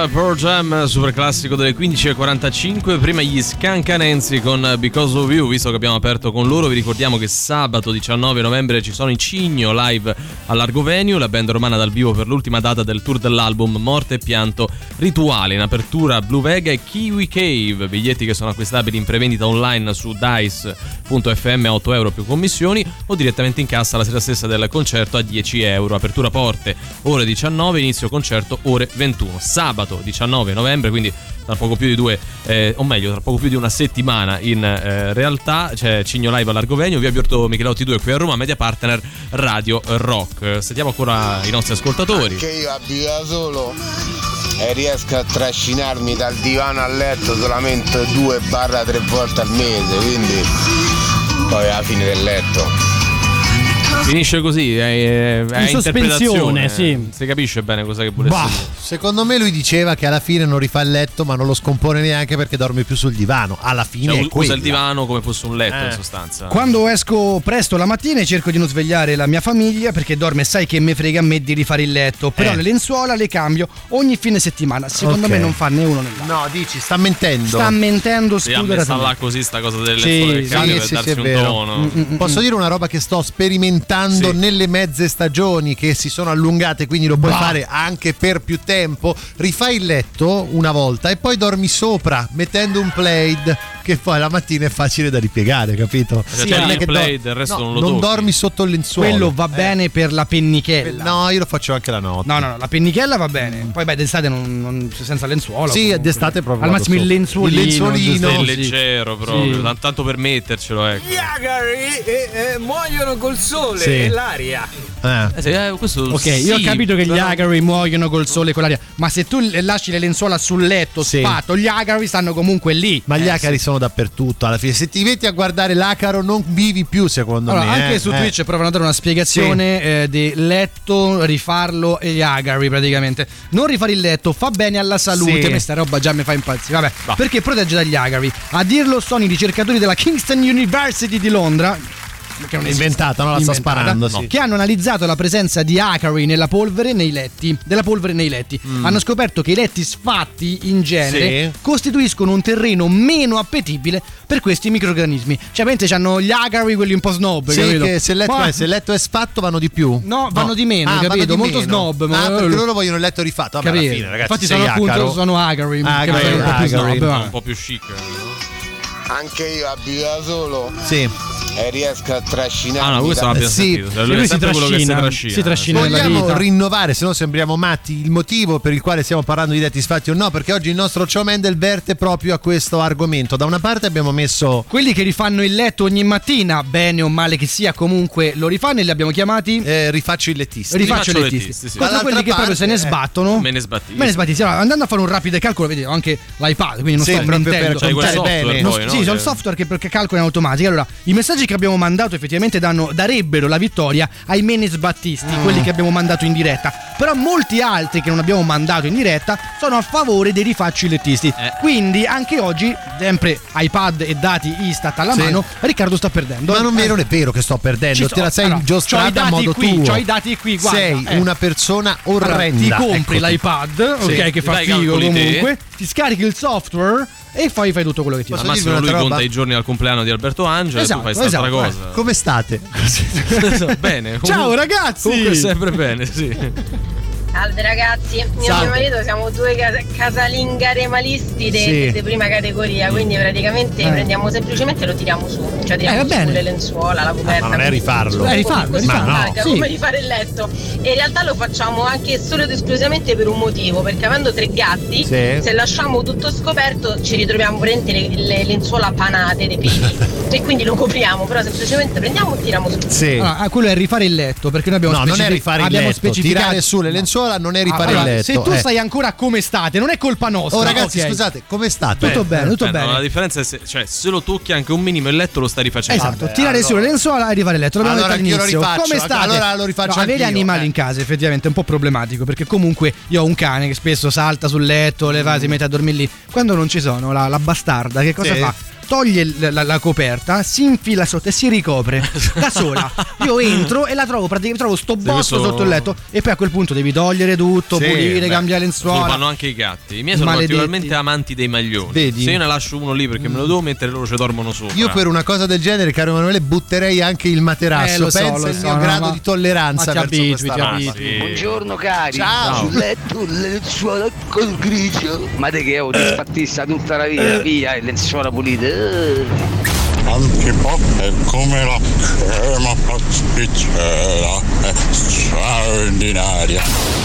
Era Pearl Jam, super classico delle quindici e quarantacinque. Prima gli Scancanensi con Because of You. Visto che abbiamo aperto con loro, vi ricordiamo che sabato diciannove novembre ci sono i Cigno live all'Argovenio, la band romana dal vivo per l'ultima data del tour dell'album Morte e Pianto Rituale. In apertura Blue Vega e Kiwi Cave, biglietti che sono acquistabili in prevendita online su dice punto effe emme a otto euro più commissioni, o direttamente in cassa la sera stessa del concerto a dieci euro. Apertura porte ore diciannove, inizio concerto ore ventuno. Sabato diciannove novembre, quindi tra poco più di due eh, o meglio tra poco più di una settimana in eh, realtà. C'è Cigno live all'Argovenio, via Bierto Michelotti due qui a Roma, media partner Radio Rock. Sentiamo ancora i nostri ascoltatori. Che io abito da solo e riesco a trascinarmi dal divano al letto solamente due barra tre volte al mese, quindi poi alla fine del letto finisce così, è, è in sospensione, sì. Si capisce bene cosa che volesse bah, dire. Secondo me lui diceva che alla fine non rifà il letto, ma non lo scompone neanche perché dorme più sul divano. Alla fine cioè, è usa quella. il divano come fosse un letto eh. in sostanza. Quando esco presto la mattina cerco di non svegliare la mia famiglia perché dorme, sai che me frega a me di rifare il letto, però eh. le lenzuola le cambio ogni fine settimana. Secondo okay. me non fa né uno né l'altro. No, dici, sta mentendo. Sta mentendo sì, a me sta là così sta cosa delle sì, lenzuola che sì, cambio sì, per sì, darsi sì, un è vero. tono. Mm-mm. Posso dire una roba che sto sperimentando sì. nelle mezze stagioni che si sono allungate, quindi lo puoi bah. fare anche per più tempo. Rifai il letto una volta e poi dormi sopra mettendo un plaid che poi la mattina è facile da ripiegare, capito? Sì, non è che play, del resto no, non lo non tocchi. dormi sotto il lenzuolo. Quello va eh. bene per la pennichella. No, io lo faccio anche la notte. No, no, no, la pennichella va bene. Poi beh, d'estate non, non senza lenzuolo. Sì, comunque. d'estate proprio. Al massimo il lenzuolino. Il lenzuolino. È sì. leggero proprio, Sì. tant- tanto per mettercelo, ecco. Gli agari eh, eh, muoiono col sole Sì. e l'aria. Eh. Eh, sì, eh, questo Ok, sì, io ho capito che gli però- agari muoiono col sole e con l'aria, ma se tu le- lasci le lenzuola sul letto Sì. sfatto, gli agari stanno comunque lì. Ma gli Eh, acari sì. sono dappertutto. Alla fine, se ti metti a guardare l'acaro, non vivi più, secondo Allora, me. anche eh. su Eh. Twitch provano a dare una spiegazione eh, di letto, rifarlo e gli agari praticamente. Non rifare il letto fa bene alla salute, Sì. a me sta roba già mi fa impazzire. Vabbè, Va. perché protegge dagli agari. A dirlo sono i ricercatori della Kingston University di Londra. Che non esiste. Inventata, no? La sta Inventata, sparando, no. sì. Che hanno analizzato la presenza di acari nella polvere nei letti. Della polvere nei letti. Mm. Hanno scoperto che i letti sfatti in genere Sì. costituiscono un terreno meno appetibile per questi microrganismi. Cioè, mentre hanno gli acari, quelli un po' snob. Sì, capito? che se il, letto, Ma- eh, se il letto è sfatto vanno di più. No, vanno di meno, Ah, capito? vanno di Molto meno. snob. Ah, ma- perché loro vogliono il letto rifatto. Vabbè, alla Capito? fine, ragazzi, Infatti sei sono appunto acaro. sono acari, Acari, che sono un po' più acari. snob, va. un po' più chic, no? anche io abito da solo Sì. e riesco a trascinarmi. Ah no, questo da- l'abbiamo Sì, sentito. Cioè, lui, lui è si sempre quello che si trascina, trascina. si trascina nella Vogliamo vita. rinnovare, se no sembriamo matti, il motivo per il quale stiamo parlando di letti sfatti o no, perché oggi il nostro Ciao Mendel verte proprio a questo argomento. Da una parte abbiamo messo Quelli che rifanno il letto ogni mattina, bene o male che sia, comunque lo rifanno e li abbiamo chiamati eh, rifaccio i lettisti. rifaccio rifaccio i lettisti. lettisti, sì. Contro Dall'altra quelli che proprio parte, se ne eh, sbattono. Me ne sbatti. Me ne sbatti. Allora, andando a fare un rapido calcolo, vedi, ho anche l'iPad, quindi non Sì, sto proprio per mentendo. C'hai quel contare software bene. Non- poi, no? sì, sono il Che- software che, che calcola in automatico. Allora, i messaggi che abbiamo mandato effettivamente danno, darebbero la vittoria ai menesbattisti, Mm. quelli che abbiamo mandato in diretta. Però molti altri che non abbiamo mandato in diretta sono a favore dei rifacci lettisti. Eh. Quindi anche oggi, sempre iPad e dati Istat alla Sì. mano, Riccardo sta perdendo. Ma non, Eh. non è vero che sto perdendo, Ci te la sto- sei allora, ingiostrata c'ho i a dati modo qui, tuo. c'ho i dati qui, guarda, Sei eh. una persona Allora, orrenda. ti compri Eccoti. l'iPad, Sì. ok, che fa Dai, figo calcoli te. comunque, ti scarichi il software e poi fai tutto quello che ti Posso Al va. dirvi massimo lui un'altra conta roba? i giorni al compleanno di Alberto Angela Esatto, e tu fai quest'altra esatto, cosa. Come state? Bene. Ciao, comunque- ragazzi! Comunque sempre bene, sì. Salve ragazzi, io e Salve. mio marito siamo due cas- casalingaremalisti di Sì. prima categoria, quindi praticamente Eh. prendiamo semplicemente e lo tiriamo su, cioè tiriamo Eh, va su bene. le lenzuola, la coperta. Ma non è rifarlo. Eh, rifarlo, così rifarlo. Ma no. paga, Sì. come rifare il letto. E in realtà lo facciamo anche solo ed esclusivamente per un motivo, perché avendo tre gatti, Sì. se lasciamo tutto scoperto ci ritroviamo veramente le, le lenzuola panate dei peli. E quindi lo copriamo, però semplicemente prendiamo e tiriamo su. Sì. Allora, ah, quello è rifare il letto, perché noi abbiamo No, non è specific- rifare il abbiamo letto. specificato- Tirare su le lenzuola non è rifare Allora, il letto. se tu eh. stai ancora come state, non è colpa nostra. Oh ragazzi, ok? scusate, come state? Tutto bene, tutto Eh, no, bene. la differenza è se, cioè, se lo tocchi anche un minimo il letto lo stai rifacendo. Esatto, tirare su le lenzuola e rifare il letto. L'abbiamo Allora detto anch'io lo all'inizio. rifaccio, Come state? allora lo rifaccio No, avere anch'io, animali eh. in casa effettivamente è un po' problematico, perché comunque io ho un cane che spesso salta sul letto, le va, si mette a dormire lì. Quando non ci sono, la, la bastarda che cosa Sì. fa? toglie l- la, la coperta, si infila sotto e si ricopre da sola. Io entro e la trovo praticamente, trovo sto botto questo- sotto il letto e poi a quel punto devi togliere tutto, Sì, pulire, beh, cambiare Lo lenzuola. fanno anche i gatti. I miei sono Maledetti. particolarmente amanti dei maglioni. Vedi? Se io ne lascio uno lì perché me lo devo mettere, loro ci dormono sopra. Io per una cosa del genere, caro Emanuele, butterei anche il materasso. Eh, lo so, Pensa lo il so, mio no, grado ma- di tolleranza ma ti verso abitui, questa ti roba. abitui. Buongiorno cari, Ciao. sul letto le lenzuola col grigio. Ma te che ho disfattista tutta la vita, via, e lenzuola pulite. eh. Antipop è come la crema pasticcera, è straordinaria.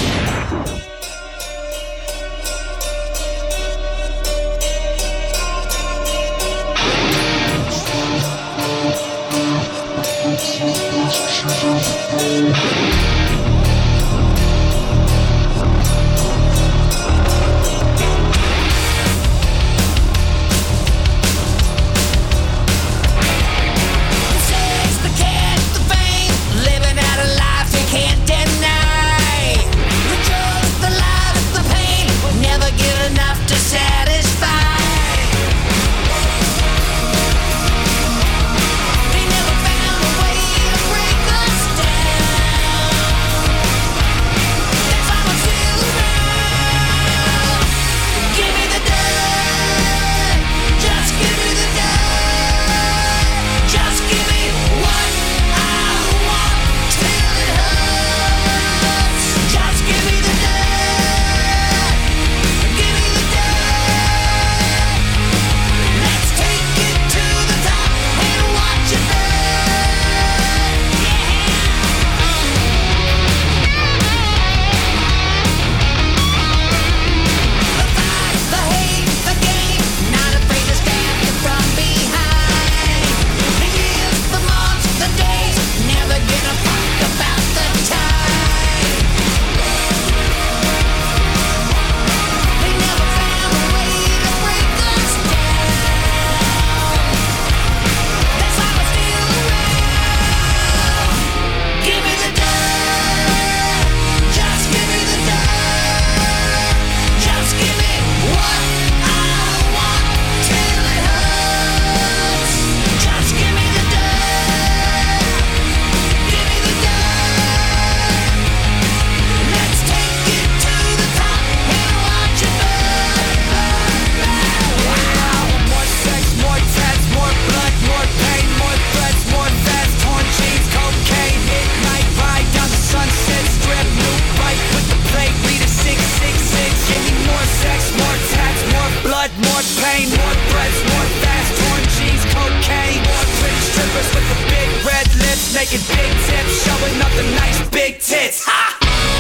Living out a life you can't deny. The drugs, the lies, the pain will never get enough to satisfy. They never found a way to break us down. That's why I'm still around. Give me the dirt, just give me the dirt, just give me what I want till it hurts. Just give me the dirt, give me the dirt. Let's take it to the top and watch it burn. The fight, the hate, the game, not afraid to stab you from behind. The years, the months, the days, never give a fuck about the time. They never found a way to break us down. That's why we're still around. Give me the dirt, just give me the dirt, just give me what I want till it hurts. Just give me the dirt, give me the dirt. Let's take it to the top and watch it burn. Wow. More sex, more tats, more blood, more pain, more threats, more fast, torn jeans, cocaine, midnight ride down the Sunset Strip, new bike with the plate, read a six six six. Give me more sex, more tats, more blood, more pain, more threats, more fast, torn jeans, cocaine, more pretty strippers with the big red lips, making big tips, showing up the nice big tits. Ha!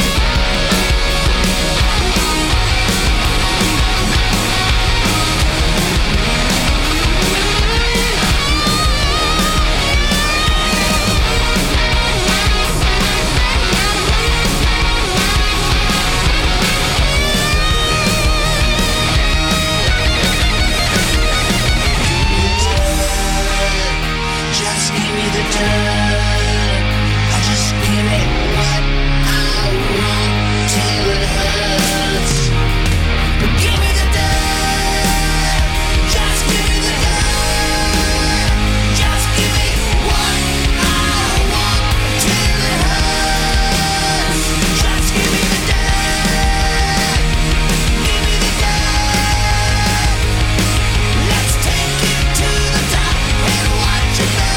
Just give me the dirt. I'll just give it what I want till it hurts. Give me the dirt. Just give me the dirt. Just give me what I want till it hurts. Just give me the dirt. Give me the dirt. Let's take it to the top and watch it burn.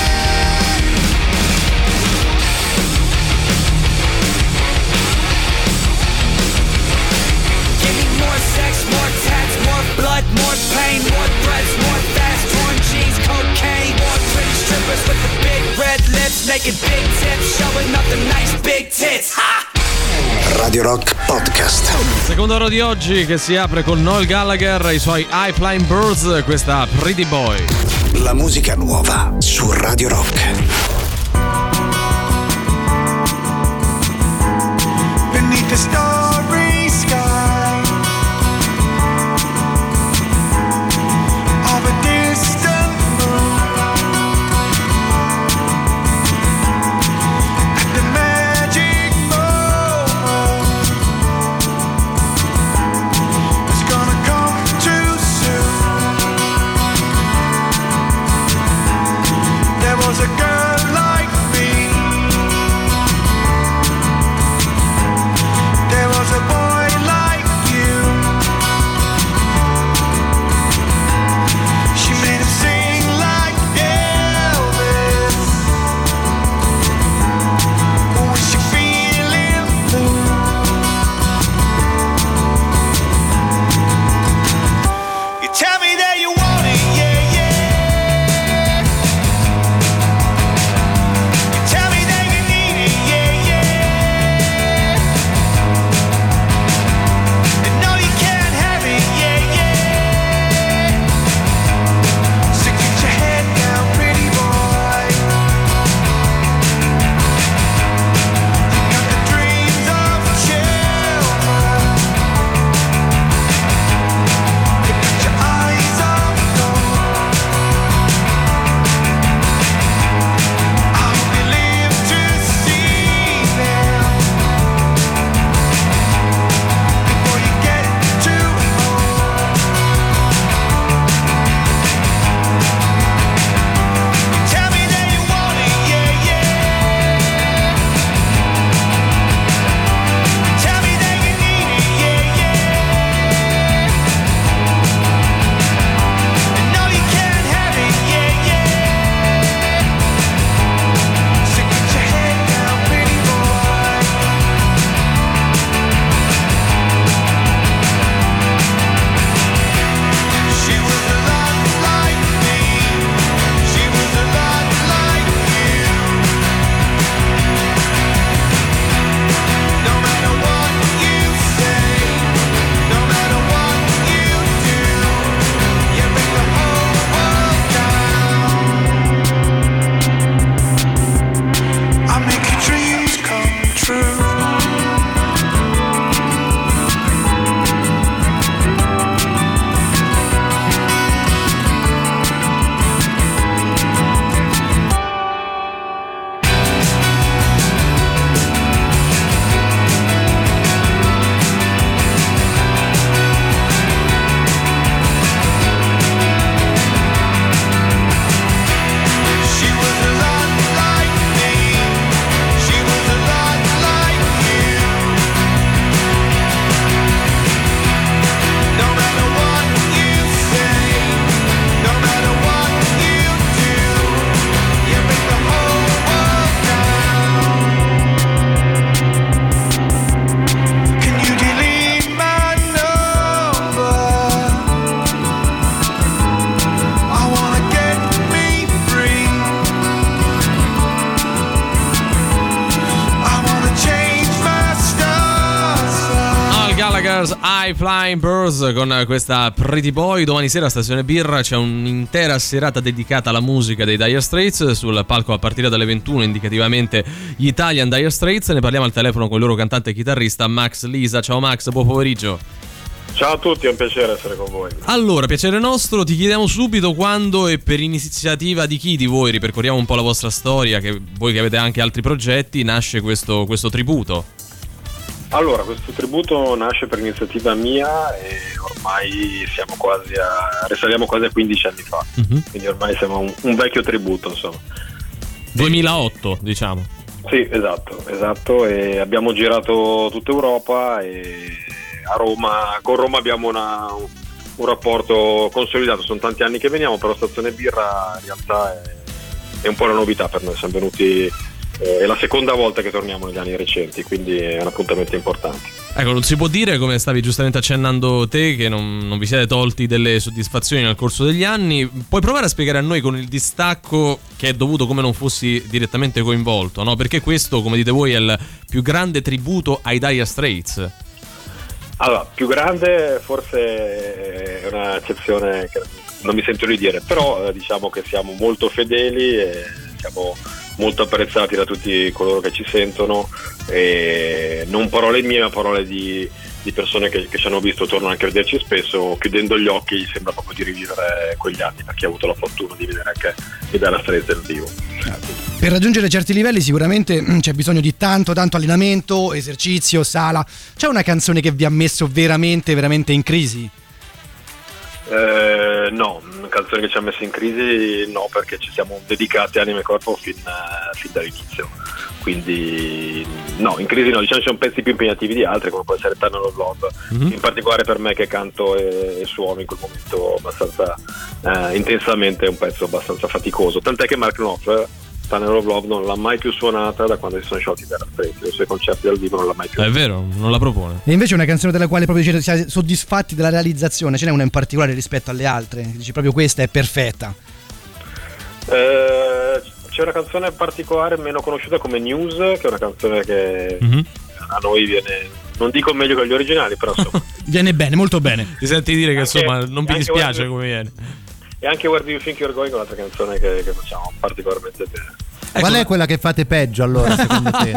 Give me more sex, more tats, more blood, more pain, more threats, more fast, torn jeans, cocaine, more pretty strippers with the big red lips, making big tips, showing up the nice big tits. Ha! Radio Rock Podcast. Seconda ora di oggi che si apre con Noel Gallagher e i suoi High Flying Birds, questa Pretty Boy. La musica nuova su Radio Rock. Beneath the starry sky of a distant moon, at the magic moment is gonna come too soon. Sisters, High Flying Birds con questa Pretty Boy. Domani sera a Stazione Birra c'è un'intera serata dedicata alla musica dei Dire Straits. Sul palco a partire dalle ventuno indicativamente gli Italian Dire Straits. Ne parliamo al telefono con il loro cantante e chitarrista Max Lisa. Ciao Max, buon pomeriggio. Ciao a tutti, è un piacere essere con voi. Allora, piacere nostro, ti chiediamo subito quando e per iniziativa di chi di voi, ripercorriamo un po' la vostra storia, che voi che avete anche altri progetti, nasce questo, questo tributo. Allora, questo tributo nasce per iniziativa mia e ormai siamo quasi a risaliamo quasi a quindici anni fa, mm-hmm. Quindi ormai siamo un, un vecchio tributo, insomma. duemilaotto, diciamo. Sì, esatto, esatto, e abbiamo girato tutta Europa e a Roma, con Roma abbiamo una, un rapporto consolidato, sono tanti anni che veniamo, però Stazione Birra in realtà è, è un po' una novità per noi, siamo venuti, eh, è la seconda volta che torniamo negli anni recenti, quindi è un appuntamento importante. Ecco, non si può dire, come stavi giustamente accennando te, che non, non vi siete tolti delle soddisfazioni nel corso degli anni. Puoi provare a spiegare a noi con il distacco che è dovuto come non fossi direttamente coinvolto, no? Perché questo, come dite voi, è il più grande tributo ai Dire Straits. Allora, più grande forse è un'accezione che non mi sento di dire, però eh, diciamo che siamo molto fedeli e siamo molto apprezzati da tutti coloro che ci sentono, e non parole mie ma parole di, di persone che, che ci hanno visto, tornano anche a vederci spesso, chiudendo gli occhi gli sembra proprio di rivivere quegli anni, perché ha avuto la fortuna di vedere anche i Dire Straits dal vivo. Per raggiungere certi livelli sicuramente c'è bisogno di tanto tanto allenamento, esercizio, sala. C'è una canzone che vi ha messo veramente veramente in crisi? Eh, no, una canzone che ci ha messo in crisi no, perché ci siamo dedicati anima e corpo fin, fin dall'inizio, quindi no, in crisi no, diciamo ci sono pezzi più impegnativi di altri, come può essere Tunnel of Love, mm-hmm. In particolare per me che canto e, e suono in quel momento abbastanza eh, intensamente, è un pezzo abbastanza faticoso, tant'è che Mark Knopfler Tunnel of Love non l'ha mai più suonata da quando si sono sciolti i Dire Straits, i suoi concerti dal vivo non l'ha mai più. È vero, non la propone. E invece una canzone della quale proprio siete siete soddisfatti della realizzazione, ce n'è una in particolare rispetto alle altre? Dici proprio questa è perfetta. Eh, c'è una canzone particolare meno conosciuta come News, che è una canzone che mm-hmm. a noi viene, non dico meglio che gli originali, però insomma viene bene, molto bene. Ti senti dire che anche, insomma non vi dispiace Where, come viene. E anche Where Do You Think You're Going è un'altra canzone che, che facciamo particolarmente bene. Ecco. Qual è quella che fate peggio allora secondo te?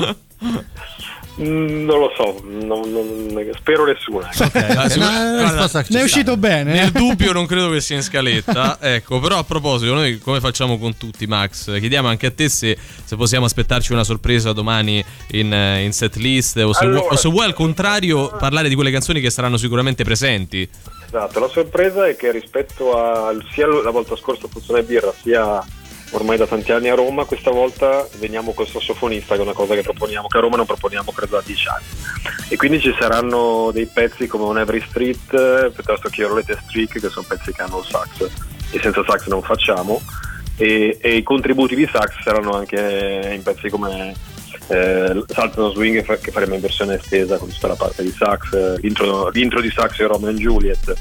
Mm, non lo so, non, non, spero nessuna. Okay. Ah, no, guarda, ne è uscito bene. Nel dubbio non credo che sia in scaletta. Ecco, però a proposito, noi come facciamo con tutti, Max? Chiediamo anche a te se, se possiamo aspettarci una sorpresa domani in, in set list o se, allora, o se vuoi al contrario parlare di quelle canzoni che saranno sicuramente presenti. Esatto, la sorpresa è che rispetto a sia la volta scorsa Stazione Birra sia ormai da tanti anni a Roma, questa volta veniamo col sassofonista, che è una cosa che proponiamo, che a Roma non proponiamo credo da dieci anni, e quindi ci saranno dei pezzi come On Every Street piuttosto che Rolette Streak, che sono pezzi che hanno il sax e senza sax non facciamo, e, e i contributi di sax saranno anche in pezzi come eh, Salto Swing, che faremo in versione estesa con tutta la parte di sax, l'intro, l'intro di sax e Romeo and Juliet,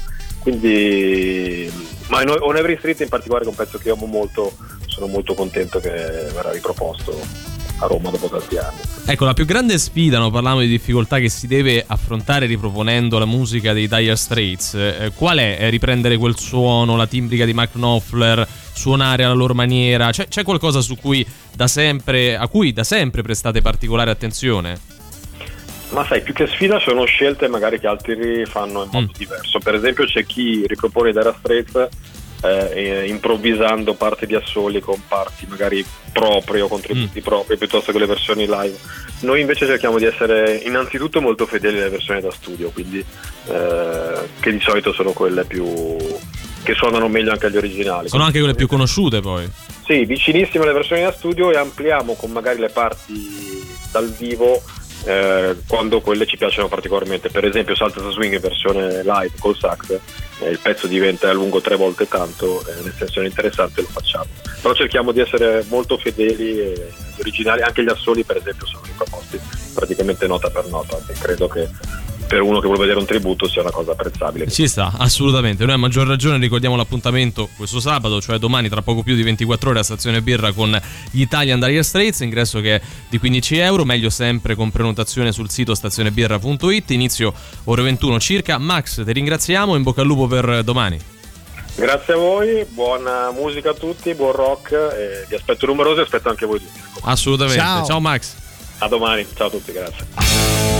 quindi ma in On Every Street in particolare, che è un pezzo che amo molto, sono molto contento che verrà riproposto a Roma dopo tanti anni. Ecco, la più grande sfida, no? Parliamo di difficoltà che si deve affrontare riproponendo la musica dei Dire Straits, eh, qual è? È riprendere quel suono, la timbrica di Mark Knopfler, suonare alla loro maniera? C'è, c'è qualcosa su cui da sempre, a cui da sempre prestate particolare attenzione? Ma sai, più che sfida sono scelte magari che altri fanno in modo mm. diverso. Per esempio c'è chi ripropone i Dire Straits eh, improvvisando parti di assoli con parti magari proprie o contributi mm. propri, piuttosto che le versioni live. Noi invece cerchiamo di essere innanzitutto molto fedeli alle versioni da studio, quindi eh, che di solito sono quelle più che suonano meglio anche agli originali. Sono anche quelle più conosciute poi. Sì, vicinissime alle versioni da studio, e ampliamo con magari le parti dal vivo Eh, quando quelle ci piacciono particolarmente. Per esempio Salta Swing in versione live col sax, eh, il pezzo diventa lungo tre volte tanto, eh, un'estensione interessante, lo facciamo, però cerchiamo di essere molto fedeli e originali. Anche gli assoli per esempio sono riproposti praticamente nota per nota, e credo che per uno che vuole vedere un tributo sia una cosa apprezzabile. Ci sta, assolutamente. Noi a maggior ragione ricordiamo l'appuntamento questo sabato, cioè domani, tra poco più di ventiquattro ore a Stazione Birra con gli Italian Dire Straits, ingresso che è di quindici euro, meglio sempre con prenotazione sul sito stazionebirra punto it, inizio ore ventuno circa. Max, ti ringraziamo, in bocca al lupo per domani. Grazie a voi, buona musica a tutti, buon rock, e vi aspetto numerosi e aspetto anche voi tutti. Assolutamente. Ciao. Ciao Max. A domani, ciao a tutti, grazie.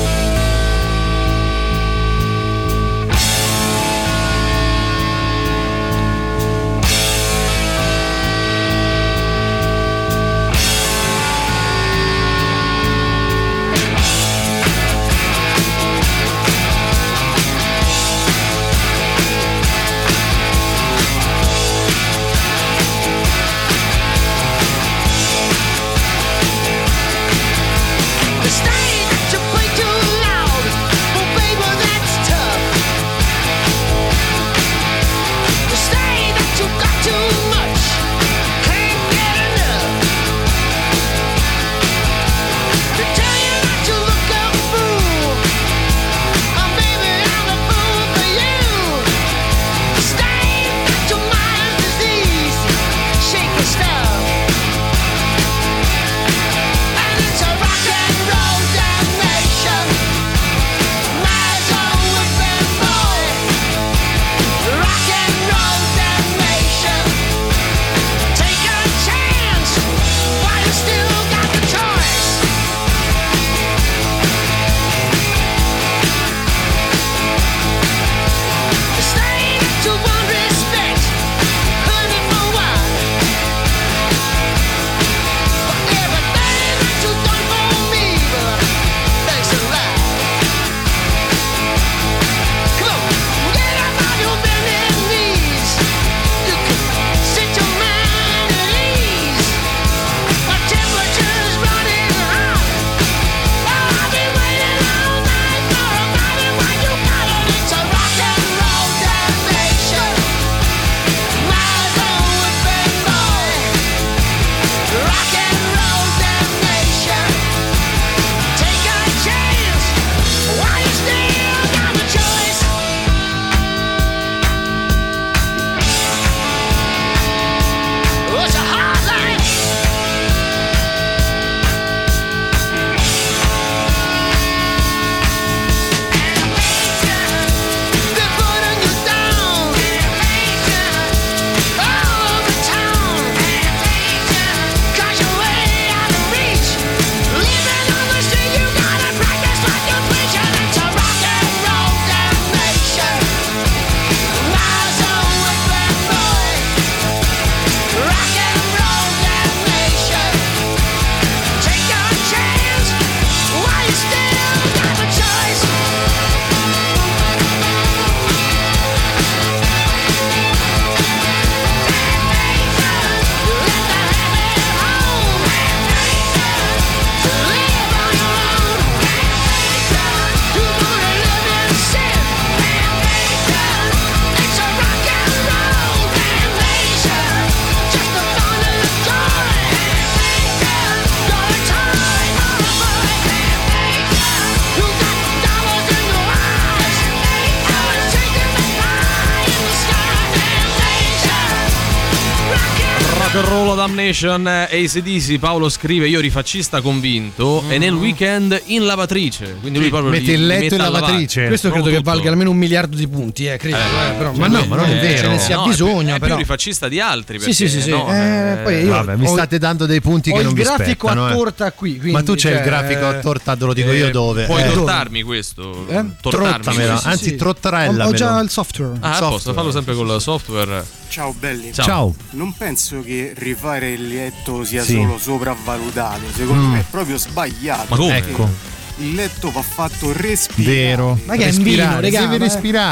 Roll Damnation, A C D C. Paolo scrive: io rifaccista convinto mm. e nel weekend in lavatrice, quindi lui proprio mette il letto in lavatrice. Questo non credo tutto. che valga almeno un miliardo di punti, eh, credo, eh, però, ma no, ma non è vero. Ce ne sia no, bisogno, è più, però. è più rifacista di altri, Sì, perché, sì, sì, sì. no, Eh, eh, poi io vabbè, mi ho- state dando dei punti ho che il non vi grafico spettano, a eh. torta qui, quindi, Ma tu c'hai cioè, il grafico a torta, te lo dico eh, io dove. Puoi Eh, tortarmi questo? Eh? Tortarmi Trottamelo, questo. anzi sì. trottarellamelo. Ho, ho già il software. Ah, a posto, fallo sempre col software. Ciao belli. Ciao. Ciao. Non penso che rifare il letto sia Sì. solo sopravvalutato, secondo Mm. me è proprio sbagliato. Ma come? perché Ecco. Il letto va fatto respirare. Vero. Ma che è in respirare, vino, regà, deve ma- respirare. No,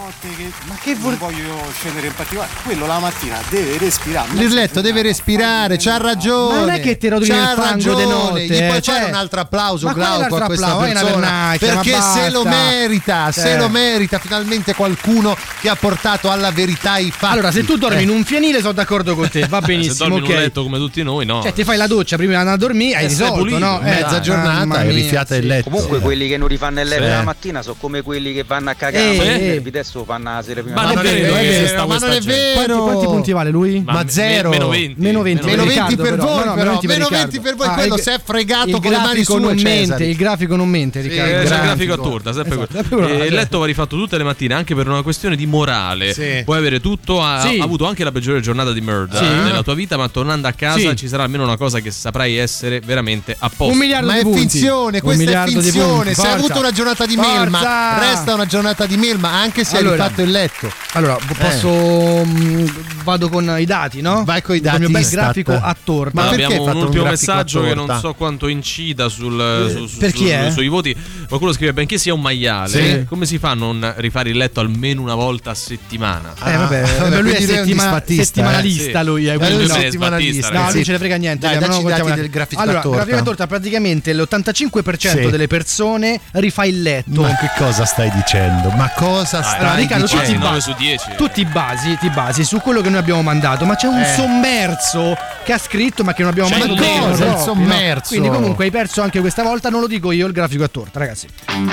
notte che ma che non voglio scendere in particolare, quello la mattina deve respirare. Il letto deve respirare, c'ha ragione. Ma non è che ti rotoli nel fango di notte, gli puoi cioè- fare un altro applauso Ma quale Glauco altro a questa applauso? È una persona vernacchia, ma perché se lo basta. merita, Cioè. se lo merita finalmente qualcuno che ha portato alla verità i fatti. Allora, se tu dormi Eh. in un fienile sono d'accordo con te, va Se benissimo, dormi in un ok. letto come tutti noi, no. Cioè ti fai la doccia prima di andare a dormire, hai Eh, sei risolto, pulito, no? mezza dai, giornata mamma hai mia. rifiata il letto. Comunque quelli che non rifanno il letto Sì. la mattina sono come quelli che vanno a cagare Eh, a eh. adesso fanno la sera prima. Ma di non dormire. è vero è che vero, sta ma questa non è gente. vero. Quanti, quanti punti vale lui? Ma me- zero. meno venti. Meno venti, Meno venti Riccardo, per però. voi, No, no, però. venti per Meno Riccardo. venti per voi, Ah, quello il- si è fregato il con le mani grafico sue, non mente, Cesari. il grafico non mente, Eh, Riccardo. c'è il Grafico. grafico a torta, sempre Esatto, quello. sempre quello. E il Cioè, letto va rifatto tutte le mattine anche per una questione di morale. Sì. Puoi avere tutto, ha, Sì. ha avuto anche la peggiore giornata di merda Sì. nella tua vita, ma tornando a casa Sì. ci sarà almeno una cosa che saprai essere veramente a posto. un miliardo Ma di è punti. finzione, Un questa è miliardo di finzione. punti, Se hai forza. avuto una giornata di Forza. melma, resta una giornata di melma, anche se Allora. hai rifatto il letto. Allora, posso mh, vado con i dati, no? Vai coi Con dati il mio bel Istat. grafico a torta. Ma Ma perché hai abbiamo un fatto un ultimo grafico a messaggio che torta? non so quanto incida sul, su, su- per chi su- è? sui voti. Qualcuno scrive: benché sia un maiale, Sì. come si fa a non rifare il letto almeno una volta a settimana? Eh vabbè, Ah, vabbè, lui è quindi lui è un settima- disfattista, settimanalista eh. lui è, Eh, quindi lui è no. un settimanalista, No, ragazzi. non ce ne frega niente. Dai, abbiamo- dacci i non dati contiamo del grafico allora, a torta. grafico a torta praticamente l'ottantacinque per cento Sì. delle persone rifà il letto. Ma che cosa stai dicendo? Ma cosa stai Allora, Riccardo, tu ti, dicendo? nove basi, su dieci. tu ti basi, ti basi su quello che noi abbiamo mandato, ma c'è un Eh. sommerso che ha scritto ma che non abbiamo C'è mandato. il dentro, cosa, il proprio, no? sommerso? Quindi comunque hai perso anche questa volta, non lo dico io, il grafico a torta, ragazzi.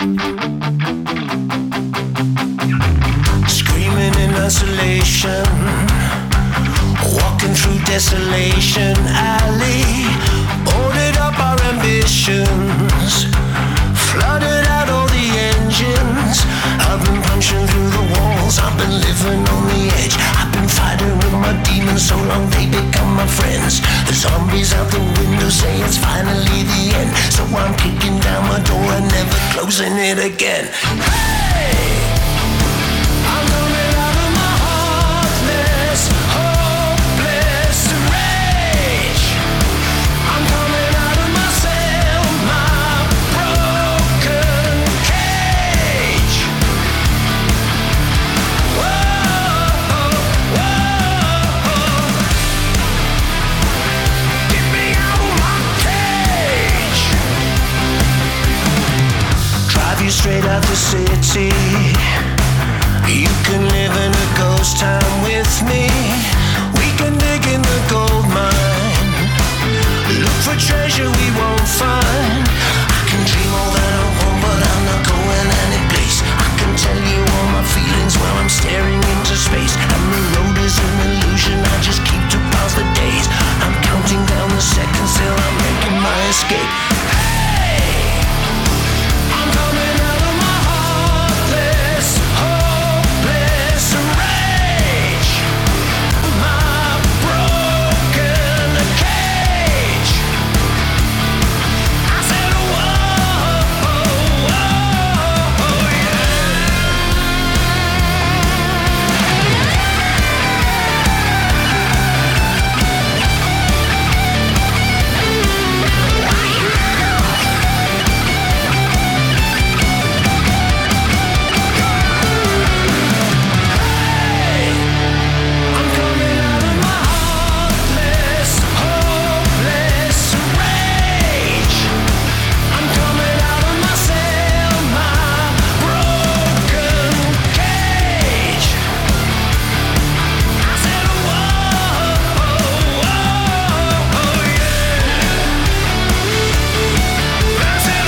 Screaming in isolation, walking through desolation alley, boarded up our ambitions, flooded out all the engines. I've been punching through the walls, I've been living on the edge, I've been fighting with my demons so long they become my friends. The zombies out the window say it's finally the end, so I'm kicking down my door and never closing it again. Hey! I'm coming out of my heartless, hopeless rage. I'm coming out of myself, my broken cage. Whoa, whoa. Get me out of my cage. Drive you straight out the city. You can live in a ghost town with me. We can dig in the gold mine. Look for treasure we won't find. I can dream all that I want, but I'm not going any place. I can tell you all my feelings while I'm staring into space. And the road is an illusion, I just keep to pass the days. I'm counting down the seconds till I'm making my escape. Hey! I'm coming out of my heartless, hopeless rage. My broken cage. I said, whoa, whoa, I'm coming out of my heartless, hopeless rage. I'm coming out of myself, my broken cage. I said, whoa, whoa, yeah. I said,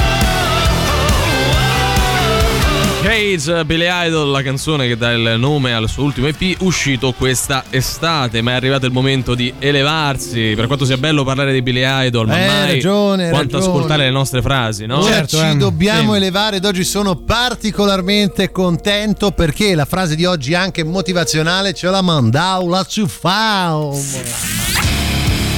whoa. Cage, Billy Idol, la canzone che dà il nome al suo ultimo E P uscito questa estate, ma è arrivato il momento di elevarsi. Per quanto sia bello parlare di Billy Idol, ma Eh, mai ragione, quanto ragione. ascoltare le nostre frasi, no? Ora Certo, ci eh. dobbiamo Sì. elevare ed oggi sono particolarmente contento perché la frase di oggi è anche motivazionale, ce la mandau la ciufau.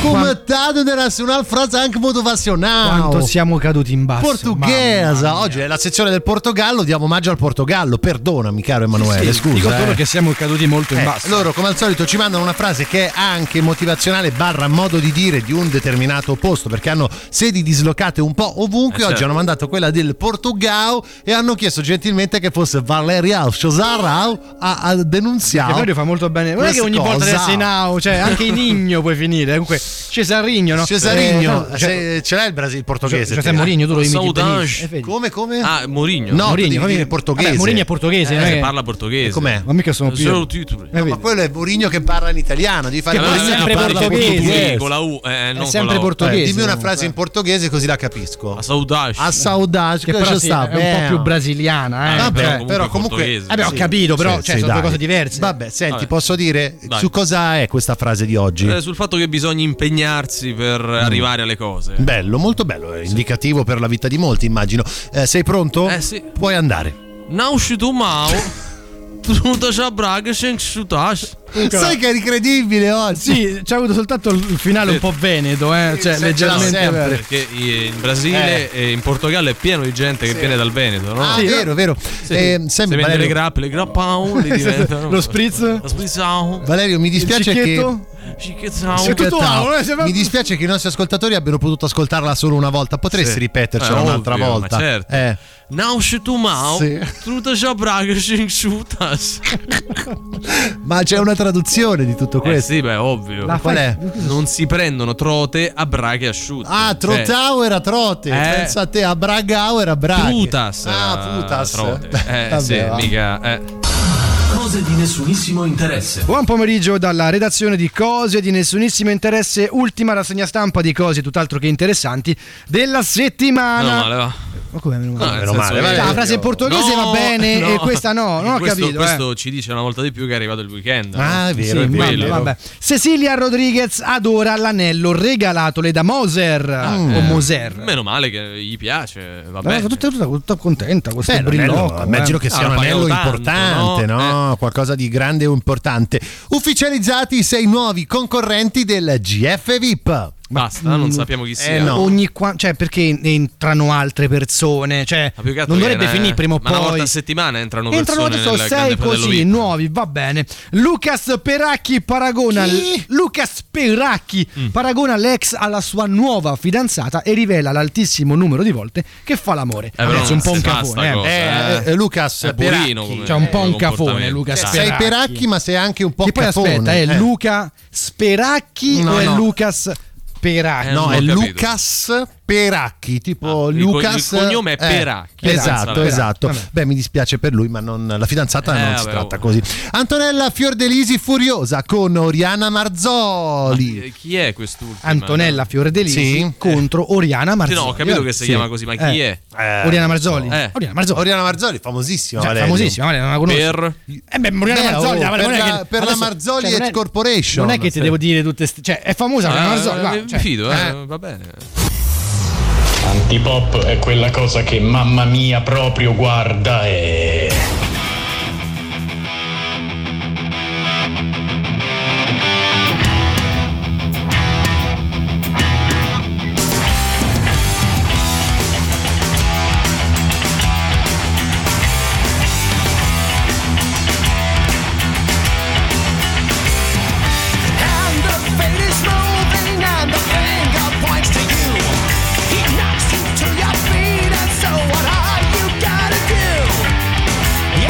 Commentado da Nacional Frank Motivacional. Quanto siamo caduti in basso. Portoghesa. Oggi è la sezione del Portogallo, diamo omaggio al Portogallo. Perdonami, caro Emanuele, Sì, scusa. dico eh. solo che siamo caduti molto in Eh, basso. loro come al solito ci mandano una frase che è anche motivazionale barra modo di dire di un determinato posto, perché hanno sedi dislocate un po' ovunque. Eh, Oggi certo. hanno mandato quella del Portogallo e hanno chiesto gentilmente che fosse Valeria Chosarau a, a denunziare. Valerio fa molto bene. Non è che ogni Questa volta cosa. sei now, cioè anche in Igno puoi finire. Comunque Cesarigno, no? Cesarigno, Eh, no, se- ce l'hai il Brasile il portoghese? Cioè, te? Mourinho, tu lo imiti Saudade. benissimo. Eh, vedi. Come come? Ah, Mourinho. No, Mourinho, devi fammi- dire portoghese. Vabbè, Mourinho è portoghese, Eh, non è che- parla portoghese. Com'è? Ma mica sono più. Solo titoli. Eh, vedi. Ma quello è Mourinho che parla in italiano, devi fare Che Mourinho parla che sempre parla portoghese. Con la U, eh, non sempre con la O. portoghese. Eh, dimmi una comunque. frase in portoghese così la capisco. A saudade. A saudade, Che che però ci sì, sta è un po' bene. più brasiliana, eh. Vabbè, Cioè, comunque però comunque portoghese. vabbè, ho sì, capito, però sì, cioè, sì, sono due dai. cose diverse. Vabbè, senti, Vabbè. posso dire Vai. su cosa è questa frase di oggi? Eh, sul fatto che bisogna impegnarsi per arrivare alle cose. Bello, molto bello, è indicativo per la vita di molti, immagino. Eh, sei pronto? Eh, sì. Puoi andare. Non uscito male. Truta già braga senza sciutas. Sai che è incredibile oggi? Sì, c'è avuto soltanto il finale un po' veneto, eh? Cioè, Sì, ce leggermente l'ha sempre. vero. Perché in Brasile e in Portogallo è pieno di gente che viene dal Veneto, no? Ah, Sì, vero, vero. Sì. Eh, Se senti, vende le Valerio, grappe, le grappau, li diventano. Lo spritz? Lo sprizzau. Valerio, mi dispiace che cicchetto? Cicchezzau. Sì, tutto Ciao. eh, sembra- Mi dispiace che i nostri ascoltatori abbiano potuto ascoltarla solo una volta. Potresti Sì. ripetercela Eh, un'altra ovvio, volta? ma certo. Eh. Non uscito male. Sì. Truta già braga senza sciutas. Ma c'è una traduzione di tutto Eh questo? sì, beh, ovvio. La Qual fai- è? Non si prendono trote a braghe asciutte. Ah, Trotau era Trote. Eh. Pensa a te, a Bragao era Braghe. Putas. Ah, era Putas. trote. Eh, Vabbè, sì, va. mica. Eh. Cose di nessunissimo interesse. Buon pomeriggio dalla redazione di Cose di nessunissimo interesse, ultima rassegna stampa di cose tutt'altro che interessanti della settimana. No, male va. Ma come meno male? No, nel meno senso male, che- vale. Ah, la frase in portoghese No, va bene no. e questa no, non ho questo, capito. eh. Questo ci dice una volta di più che è arrivato il weekend. Ah, no? è vero, Sì, è vero. vabbè, vabbè. Cecilia Rodriguez adora l'anello regalatole da Moser Mm. o Moser. Meno male che gli piace, va Eh, bene. tutta, tutta, tutta contenta questo Beh, l'anello, brillocco. immagino eh. che sia Ah, un lo anello pagano tanto, importante, no? no? Qualcosa di grande o importante. Ufficializzati i sei nuovi concorrenti del G F V I P. Basta, non sappiamo chi sia. eh, no. Ogni qua- cioè perché entrano altre persone, cioè Ma più che altro non che dovrebbe è- finire prima o ma una poi. volta a settimana entrano, Entrano persone adesso nel sei Grande Fratello così V I P. nuovi, va bene. Lucas Peracchi paragona Lucas Peracchi Mm. paragona l'ex alla sua nuova fidanzata e rivela l'altissimo numero di volte che fa l'amore. però Adesso non un po' un si fa cafone, sta eh. cosa, Eh, eh, Lucas È Peracchi. burino come- Cioè un po' un come cafone comportamento. Lucas Cioè, Peracchi. sei Peracchi, ma sei anche un po' Che poi cafone. aspetta, è eh. Luca Speracchi No, o è no. Lucas Peracchi? Eh, No, non è ho capito. Lucas Peracchi, tipo Ah, il Lucas. co- il cognome è Peracchi. Esatto, Peracchi. esatto. Vabbè. Beh, mi dispiace per lui, ma non- la fidanzata Eh, non si vabbè, tratta oh. così. Antonella Fiordelisi furiosa con Oriana Marzoli. Eh, Chi è quest'ultimo? Antonella Fiordelisi Sì. contro Oriana Sì, Marzoli. no, ho capito che si Sì. chiama così, ma chi Eh. è? Oriana Marzoli. Eh. Oriana Marzoli. Oriana Marzoli, famosissima. Cioè, Valerio. famosissima, Valerio, non la conosco. Per Eh beh, Oriana Beh, Marzoli, oh, dai, Valerio, per non è la- che- per la adesso- Marzoli cioè, non Edge è- Corporation. Non è che ti Sì. devo dire tutte ste- cioè è famosa Oriana Ah, Marzoli, va, mi cioè, fido, eh, eh. va bene. Antipop è quella cosa che mamma mia proprio guarda e... And the fate is moving and the finger points to you. He knocks you to your feet and so what are you gonna do?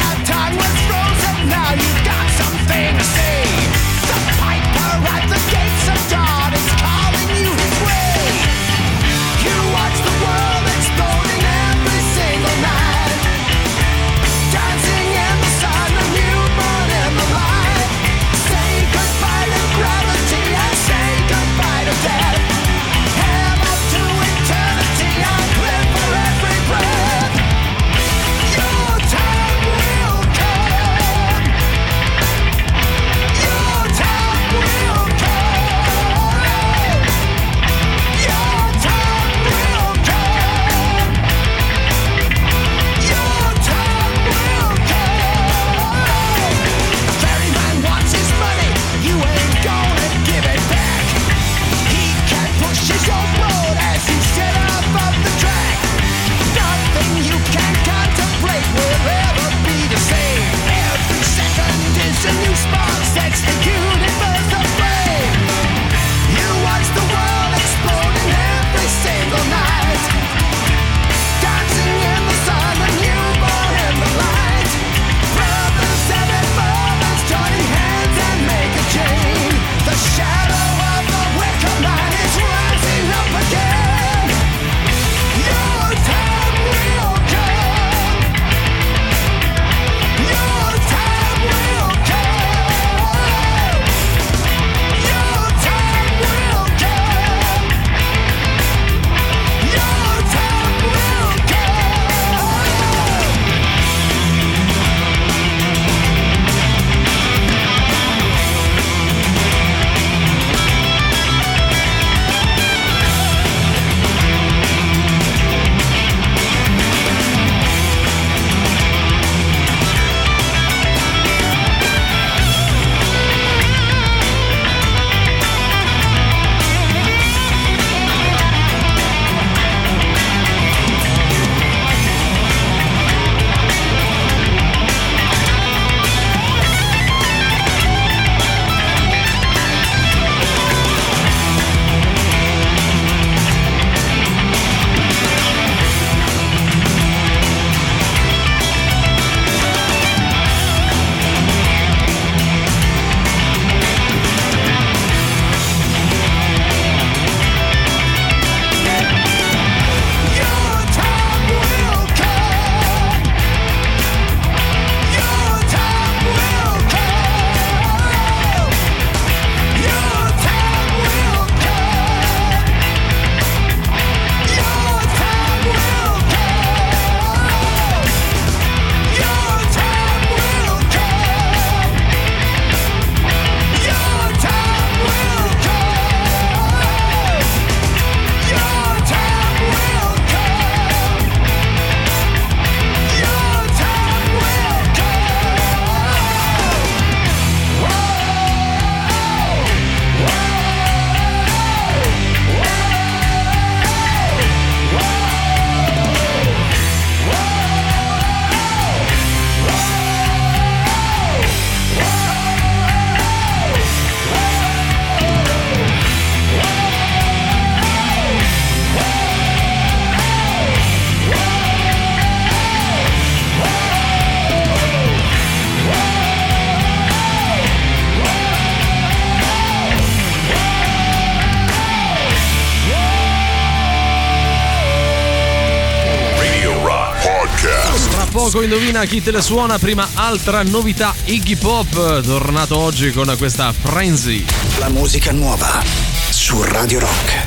poco indovina chi te le suona. Prima altra novità, Iggy Pop, tornato oggi con questa Frenzy. La musica nuova su Radio Rock.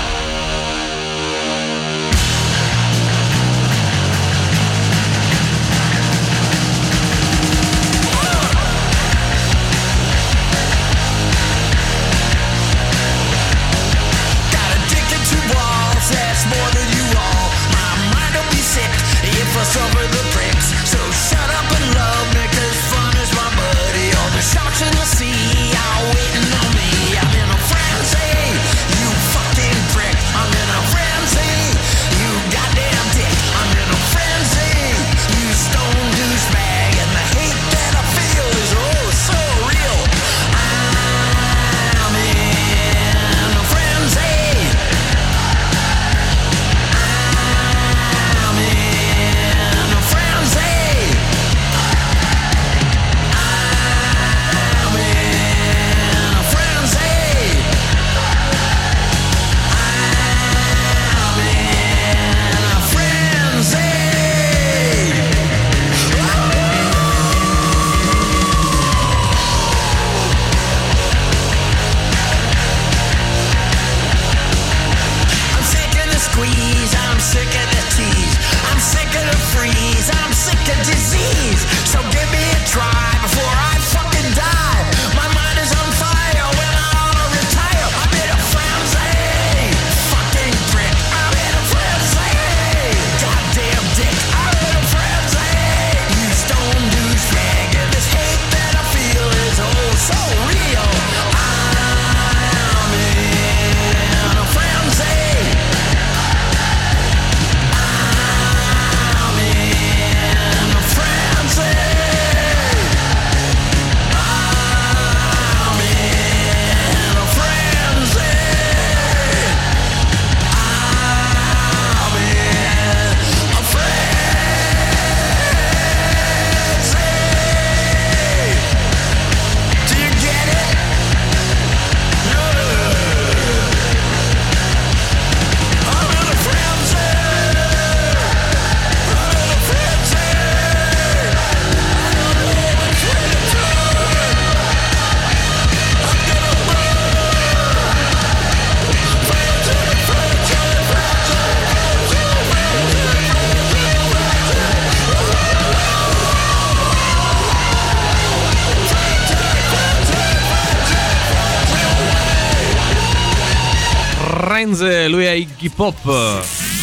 Lui è Iggy Pop.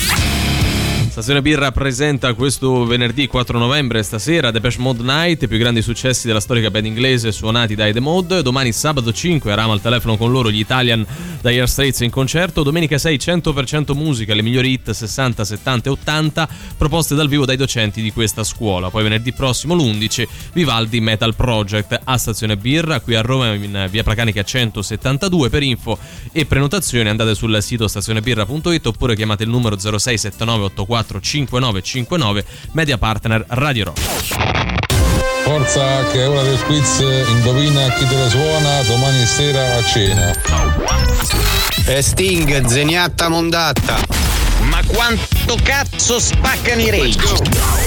Stazione Birra presenta questo venerdì quattro novembre, stasera, Depeche Mode Night, i più grandi successi della storica band inglese suonati dai The Mode. Domani sabato cinque eravamo al telefono con loro, gli Italian Dire Straits in concerto. Domenica sei cento per cento musica, le migliori hit sessanta, settanta e ottanta proposte dal vivo dai docenti di questa scuola. Poi venerdì prossimo l'undici Vivaldi Metal Project a Stazione Birra qui a Roma in via Placanica centosettantadue. Per info e prenotazione andate sul sito stazionebirra punto it oppure chiamate il numero zero sei sette nove otto quattro cinque nove cinque nove, media partner Radio Rock. Forza che è ora del quiz, indovina chi te la suona domani sera a cena. E Sting, Zeniatta Mondatta. Ma quanto cazzo spaccano i Rage?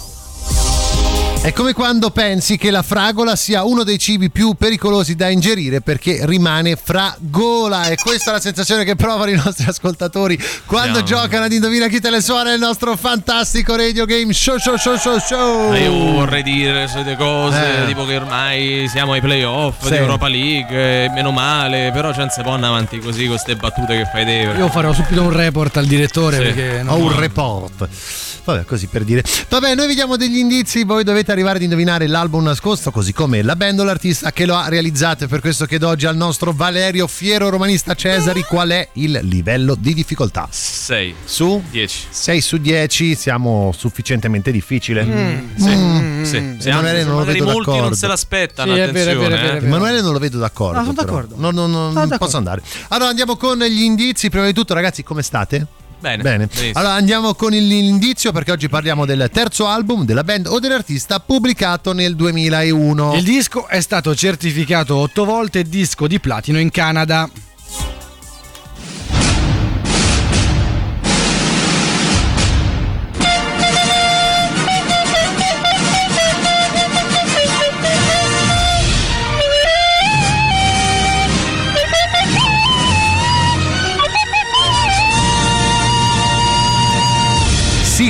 È come quando pensi che la fragola sia uno dei cibi più pericolosi da ingerire perché rimane fragola, e questa è la sensazione che provano i nostri ascoltatori quando no. giocano ad Indovina chi te le suona, il nostro fantastico radio game show show show show show. Io vorrei dire le solite cose, eh. tipo che ormai siamo ai playoff sì. di Europa League, meno male, però c'è un po' avanti così con queste battute che fai te. Io farò subito un report al direttore sì. perché ho un report. Vabbè, così per dire. Vabbè, noi vi diamo degli indizi, voi dovete arrivare ad indovinare l'album nascosto, così come la band o l'artista che lo ha realizzato. E per questo chiedo oggi al nostro Valerio Fiero Romanista Cesari qual è il livello di difficoltà. sei su dieci. sei su dieci, siamo sufficientemente difficile. Mm. Sì. Mm. sì. sì. Emanuele non lo vedo molti d'accordo. non se l'aspettano, sì, attenzione. È vero, è vero, è vero, è vero. Emanuele non lo vedo d'accordo. No, sono d'accordo. No, no, no, non posso andare. Allora andiamo con gli indizi. Prima di tutto, ragazzi, come state? Bene, Bene. Allora andiamo con l'indizio, perché oggi parliamo del terzo album della band o dell'artista pubblicato nel duemilauno. Il disco è stato certificato otto volte disco di platino in Canada.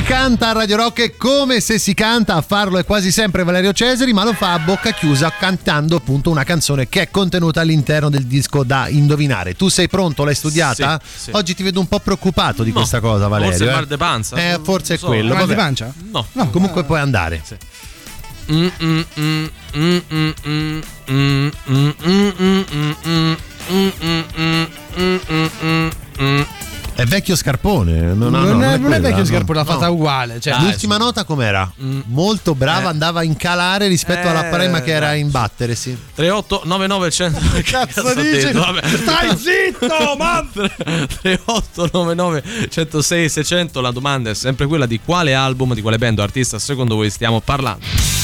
Si canta a Radio Rock è come se si canta, a farlo è quasi sempre Valerio Cesari, ma lo fa a bocca chiusa cantando appunto una canzone che è contenuta all'interno del disco da indovinare. Tu sei pronto? L'hai studiata? Sì, sì. Oggi ti vedo un po' preoccupato di No, questa cosa, Valerio. Forse il eh. mal de panza. Eh, forse è so. quello. Mal di vabbè. pancia? No. No, comunque puoi andare. Sì. Mm, mm, mm, mm, mm, mm, mm, mm, mm, mm, mm, mm, mm, mm, mm, mm, mm. È vecchio scarpone. No, no, non, no, è, non è quella, vecchio no. scarpone, l'ha fatta No. uguale. Cioè, L'ultima nota com'era? Mm. Molto brava, Eh. andava a incalare rispetto Eh, alla prima che era in battere, sì. tre otto nove nove cento che cazzo ho dici? detto? Vabbè. Stai zitto, ma tre otto nove nove uno zero sei seicento. La domanda è sempre quella: di quale album, di quale band o artista secondo voi stiamo parlando?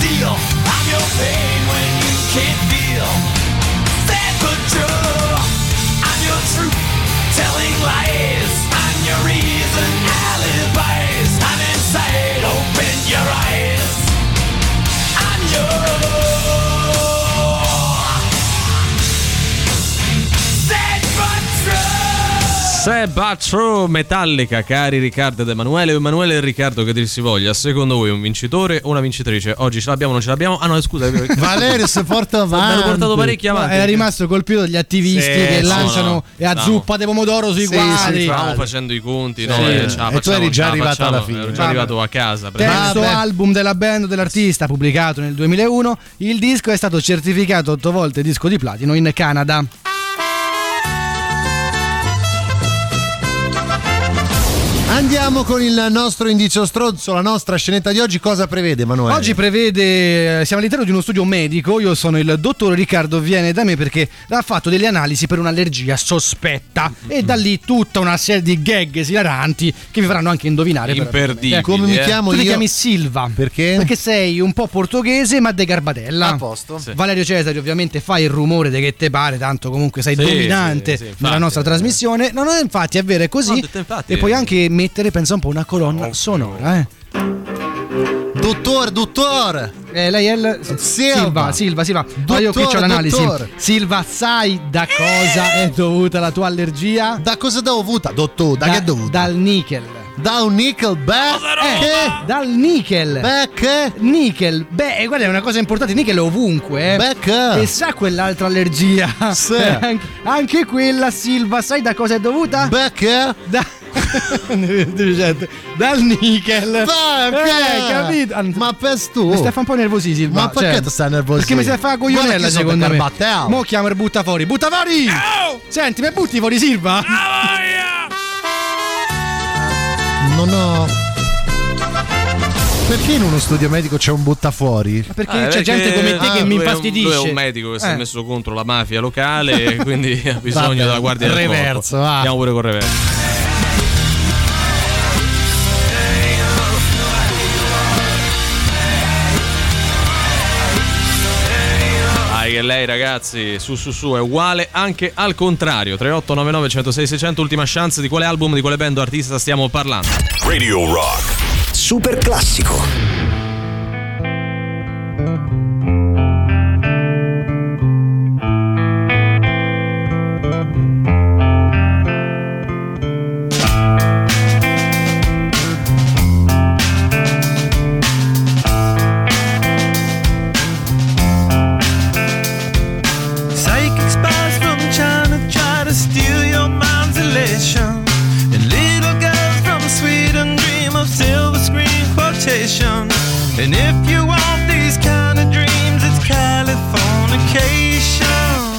deal. I'm your pain when you can't feel. Sad but true. I'm your truth, telling lies. I'm your reason, alibis. I'm inside, open your eyes. I'm your sad but true. Sad but true, Metallica, cari Riccardo ed Emanuele. Emanuele e Riccardo, che dir si voglia, secondo voi un vincitore o una vincitrice? Oggi ce l'abbiamo o non ce l'abbiamo? Ah no, scusa, Valerio si porta avanti. Mi hanno portato parecchi avanti. Era rimasto colpito dagli attivisti Sì, che no, lanciano no. e a Stavo- zuppa di pomodoro sui Sì, quadri. sì, stavamo facendo i conti, no? Sì. E, ce la E tu facciamo, eri già ce la arrivato facciamo, alla fine. ero già Vabbè. arrivato a casa. Terzo Vabbè. album della band dell'artista, pubblicato nel duemilauno. Il disco è stato certificato otto volte disco di platino in Canada. Andiamo con il nostro indizio stronzo, la nostra scenetta di oggi. Cosa prevede, Emanuele? Oggi prevede, siamo all'interno di uno studio medico, io sono il dottore Riccardo, viene da me perché ha fatto delle analisi per un'allergia sospetta e da lì tutta una serie di gag esilaranti che vi faranno anche indovinare. Imperdibili, Eh, Come mi eh. chiamo Tu io? ti chiami Silva. Perché? Perché sei un po' portoghese ma de Garbatella. A posto. Sì. Valerio Cesari ovviamente fa il rumore de che te pare, tanto comunque sei Sì, dominante sì, sì, infatti. nella nostra trasmissione. No, no, infatti è vero, è così. No, ho detto infatti. E puoi anche mettere, pensa un po', una colonna sonora, eh. Dottore, dottore. Eh, lei è il Silva, Silva, Silva. Ma io qui c'ho Dottore, l'analisi. dottore. Silva, sai da cosa è dovuta la tua allergia? Da cosa è dovuta? Dottore, da, che è dovuta? Dal nickel. Da un nickel, beh. Eh, dal nickel. Beh, che? Nickel. Beh, eh, guarda, è una cosa importante, il nickel è ovunque, eh. Beh, che? E sa quell'altra allergia? Sì. anche, anche quella, Silva, sai da cosa è dovuta? Beh, che? Da... dal nickel. Beh, Eh, capito? Ma per tu. Mi stai fa un po' nervosi, Silva. Ma perché Cioè, ti stai nervoso? Perché mi stai a fare la coglionella, secondo me. Mo chiamo e butta fuori. Butta fuori! Senti, mi butti fuori, Silva? Non ho. Perché in uno studio medico c'è un buttafuori? Perché Eh, c'è gente come te ah, che mi lui è un- infastidisce. Lui è un medico che si Eh. è messo contro la mafia locale e quindi ha bisogno Vabbè, della guardia del reverso, corpo. va. Andiamo pure con reverso. Dai che lei, ragazzi, su su su è uguale anche al contrario. tre otto nove nove uno zero sei sei zero zero, ultima chance. Di quale album, di quale band o artista stiamo parlando? Radio Rock. Super classico. Psychic spies from China try to steal your mind's elation. And little girls from Sweden dream of silver screen quotation. And if you want these kind of dreams, it's Californication.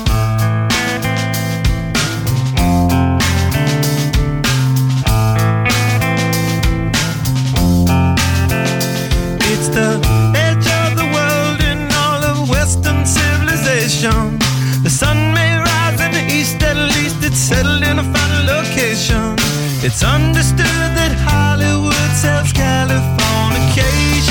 It's the edge of the world in all of Western civilization. The sun may rise in the east, at least it's settled in a final location. It's understood that Hollywood sells Californication.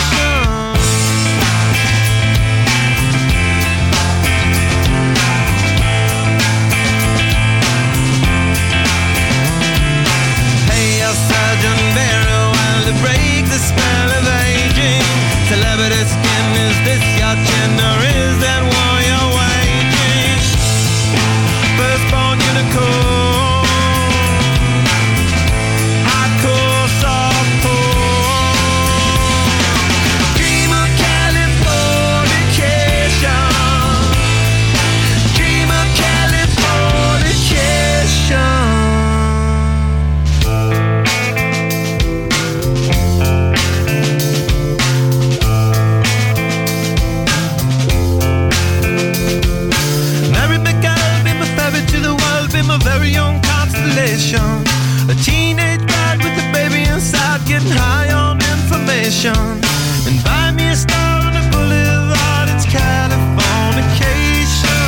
Hey, your Sergeant Barrow, while to break the spell of aging. Celebrity skin, is this your chin or is that war you're waging? Firstborn unicorn, hardcore softcore. Dream of Californication. Dream of Californication. Mary McGill, be my ferry to the world, be my very own constellation. A teenage bride with a baby inside, getting high on information. And buy me a star on a boulevard, it's Californication.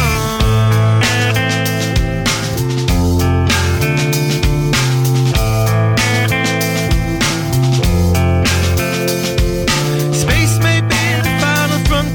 Space may be the final frontier.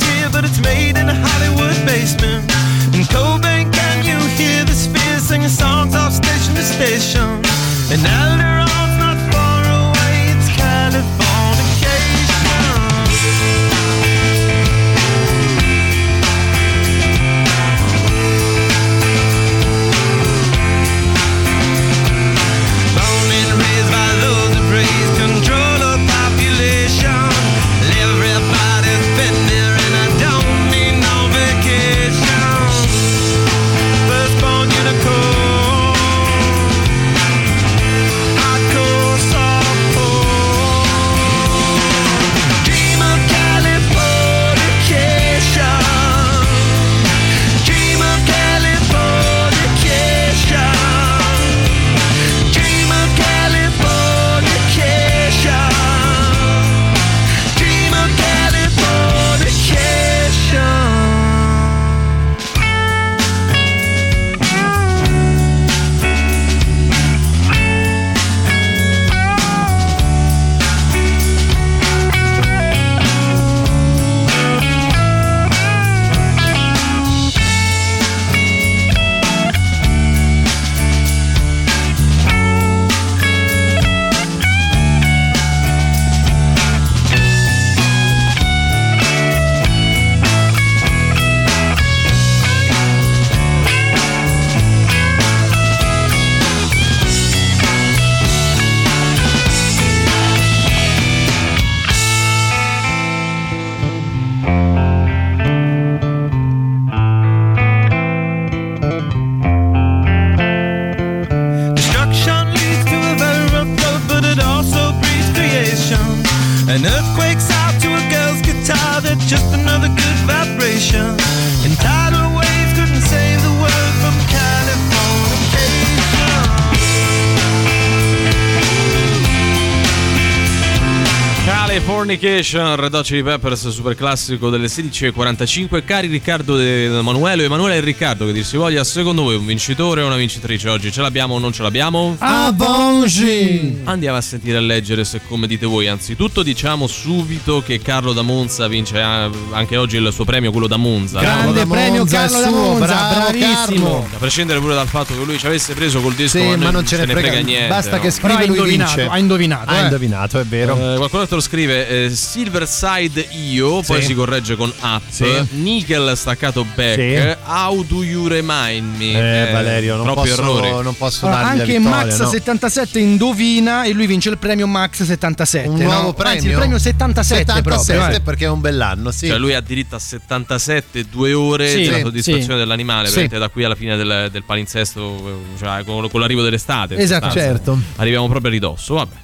An earthquake's out to a girl's guitar, they're just another good vibration. And tidal waves couldn't save the world from Californication. Californication, Red Hot Chili Peppers, super classico delle sedici e quarantacinque. Cari Riccardo ed Emanuele, Emanuele e Riccardo, che dir si voglia, secondo voi un vincitore o una vincitrice oggi? Ce l'abbiamo o non ce l'abbiamo? Avongi! Andiamo a sentire e leggere se come dite voi. Anzitutto diciamo subito che Carlo da Monza vince anche oggi il suo premio, quello da Monza. Grande premio Carlo da Monza, bravissimo. A prescindere pure dal fatto che lui ci avesse preso col disco, sì, ma, ma non ce ne frega, frega niente. basta no? che scrive, lui vince. Ha indovinato, ha eh. indovinato, è vero. Eh, qualcun altro scrive eh, Silverside io, poi sì. si corregge con up, sì. Nickel staccato back, sì. How do you remind me? Eh, eh Valerio, non troppi posso, errori. non posso allora, dargli anche la vittoria, Max no? settantasette indovina e lui vince il premio Max settantasette. Un nuovo no? premio? Anzi, il premio settantasette, settantasette proprio, eh. perché è un bell'anno, sì. Cioè lui ha diritto a settantasette, due ore sì, della sì, soddisfazione sì. dell'animale, sì. veramente da qui alla fine del, del palinsesto, cioè con, con l'arrivo dell'estate. Esatto, certo. Arriviamo proprio a ridosso, vabbè.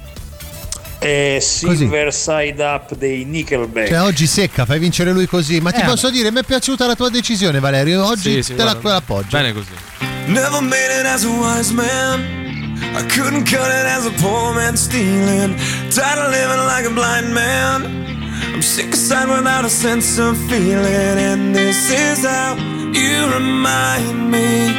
È Silver Side Up dei Nickelback. Cioè oggi secca, fai vincere lui così. Ma ti Eh, posso dire, mi è piaciuta la tua decisione, Valerio. Oggi Sì, sì, te la guarda, appoggio. Bene così. Never made it as a wise man. I couldn't cut it as a poor man stealing. Tired of living like a blind man. I'm sick aside without a sense of feeling. And this is how you remind me.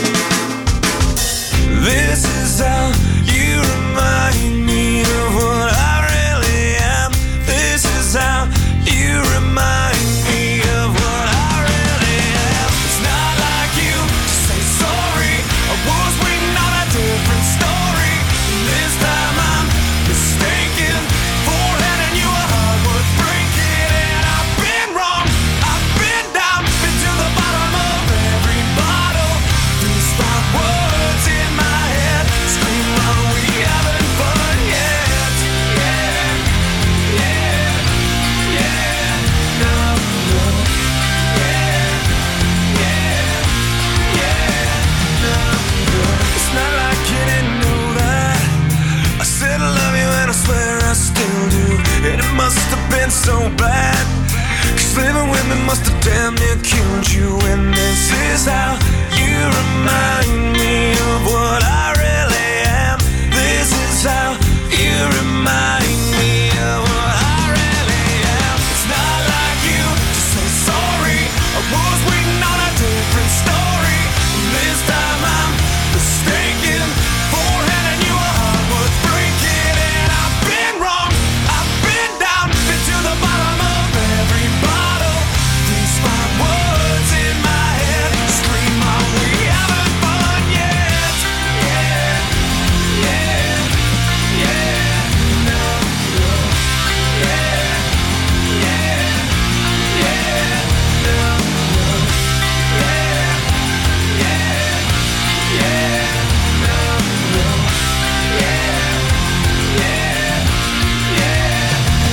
This is how you remind me of what I really am. This is how you remind me of what I really am. It's not like you to say sorry. I was waiting on a different story. This time I'm mistaken for handing you a heart worth breaking. And I've been wrong, I've been down, been to the bottom of every bottle. These five words in my head scream, are we having fun yet? Yeah, yeah, yeah, no, no, yeah, yeah, yeah, no, no. It's not like you didn't know that I said I love you and I swear I still do. And it must have been so bad, 'cause living with me must have damn near killed you. And this is how you remind me of what I really am. This is how you remind me of what I really am. It's not like you to say sorry. I was waiting on a different story. This time I'm mistaken for handing you a heart worth breaking. And I've been wrong, I've been down, been to the bottom of every bottle. These five words in my head scream, are we having fun yet? Yeah, yeah, yeah, no, no, yeah, yeah, yeah, no, no, yeah, yeah, yeah, no, no, yeah, yeah, yeah,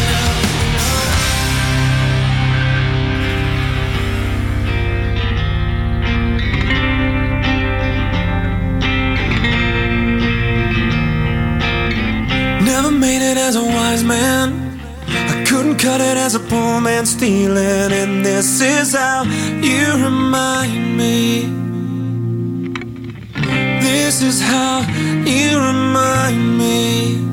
Never made it as a wise man. I couldn't cut it as a poor man stealing. And this is how you remind me. This is how you remind me.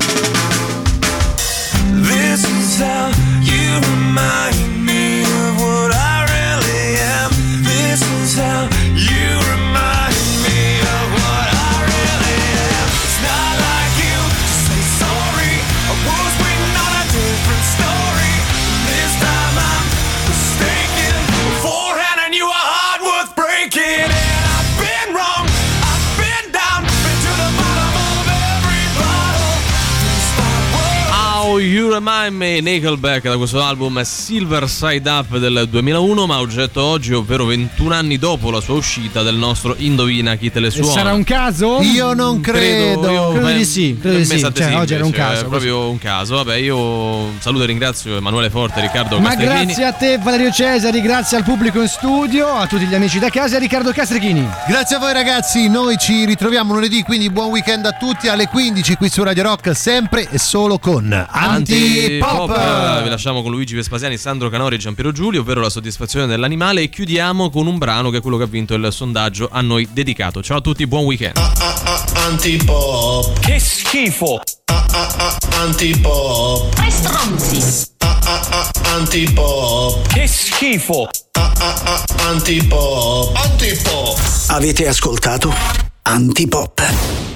This is how you remind me of what I really am. This is how you remind me of what I really am. It's not like you to say sorry. I was waiting on a different story. This time I'm mistaken for handing you a heart worth breaking. And I've been wrong, I've been down, been to the bottom of every bottle. These five words. How You Remind Me, Nickelback, da questo album Silver Side Up del duemilauno, ma oggetto oggi, ovvero ventuno anni dopo la sua uscita, del nostro Indovina chi te le E suona. sarà un caso? Io non credo. io- Credo beh, di sì, credo per di me sì. sate Cioè, sì, oggi era un invece, caso, è proprio un caso. Vabbè, io saluto e ringrazio Emanuele Forte, Riccardo Ma Castrichini. grazie a te Valerio Cesari, grazie al pubblico in studio, a tutti gli amici da casa e a Riccardo Castrichini. Grazie a voi ragazzi, noi ci ritroviamo lunedì, quindi buon weekend a tutti alle quindici qui su Radio Rock, sempre e solo con Antipop. Vi lasciamo con Luigi Vespasiani, Sandro Canori e Giampiero Giulio, ovvero La soddisfazione dell'animale, e chiudiamo con un brano che è quello che ha vinto il sondaggio a noi dedicato. Ciao a tutti, buon weekend. Antipop. Che schifo! Antipop. Tre stronzi! Antipop. Che schifo! Antipop. Antipop. Avete ascoltato Antipop.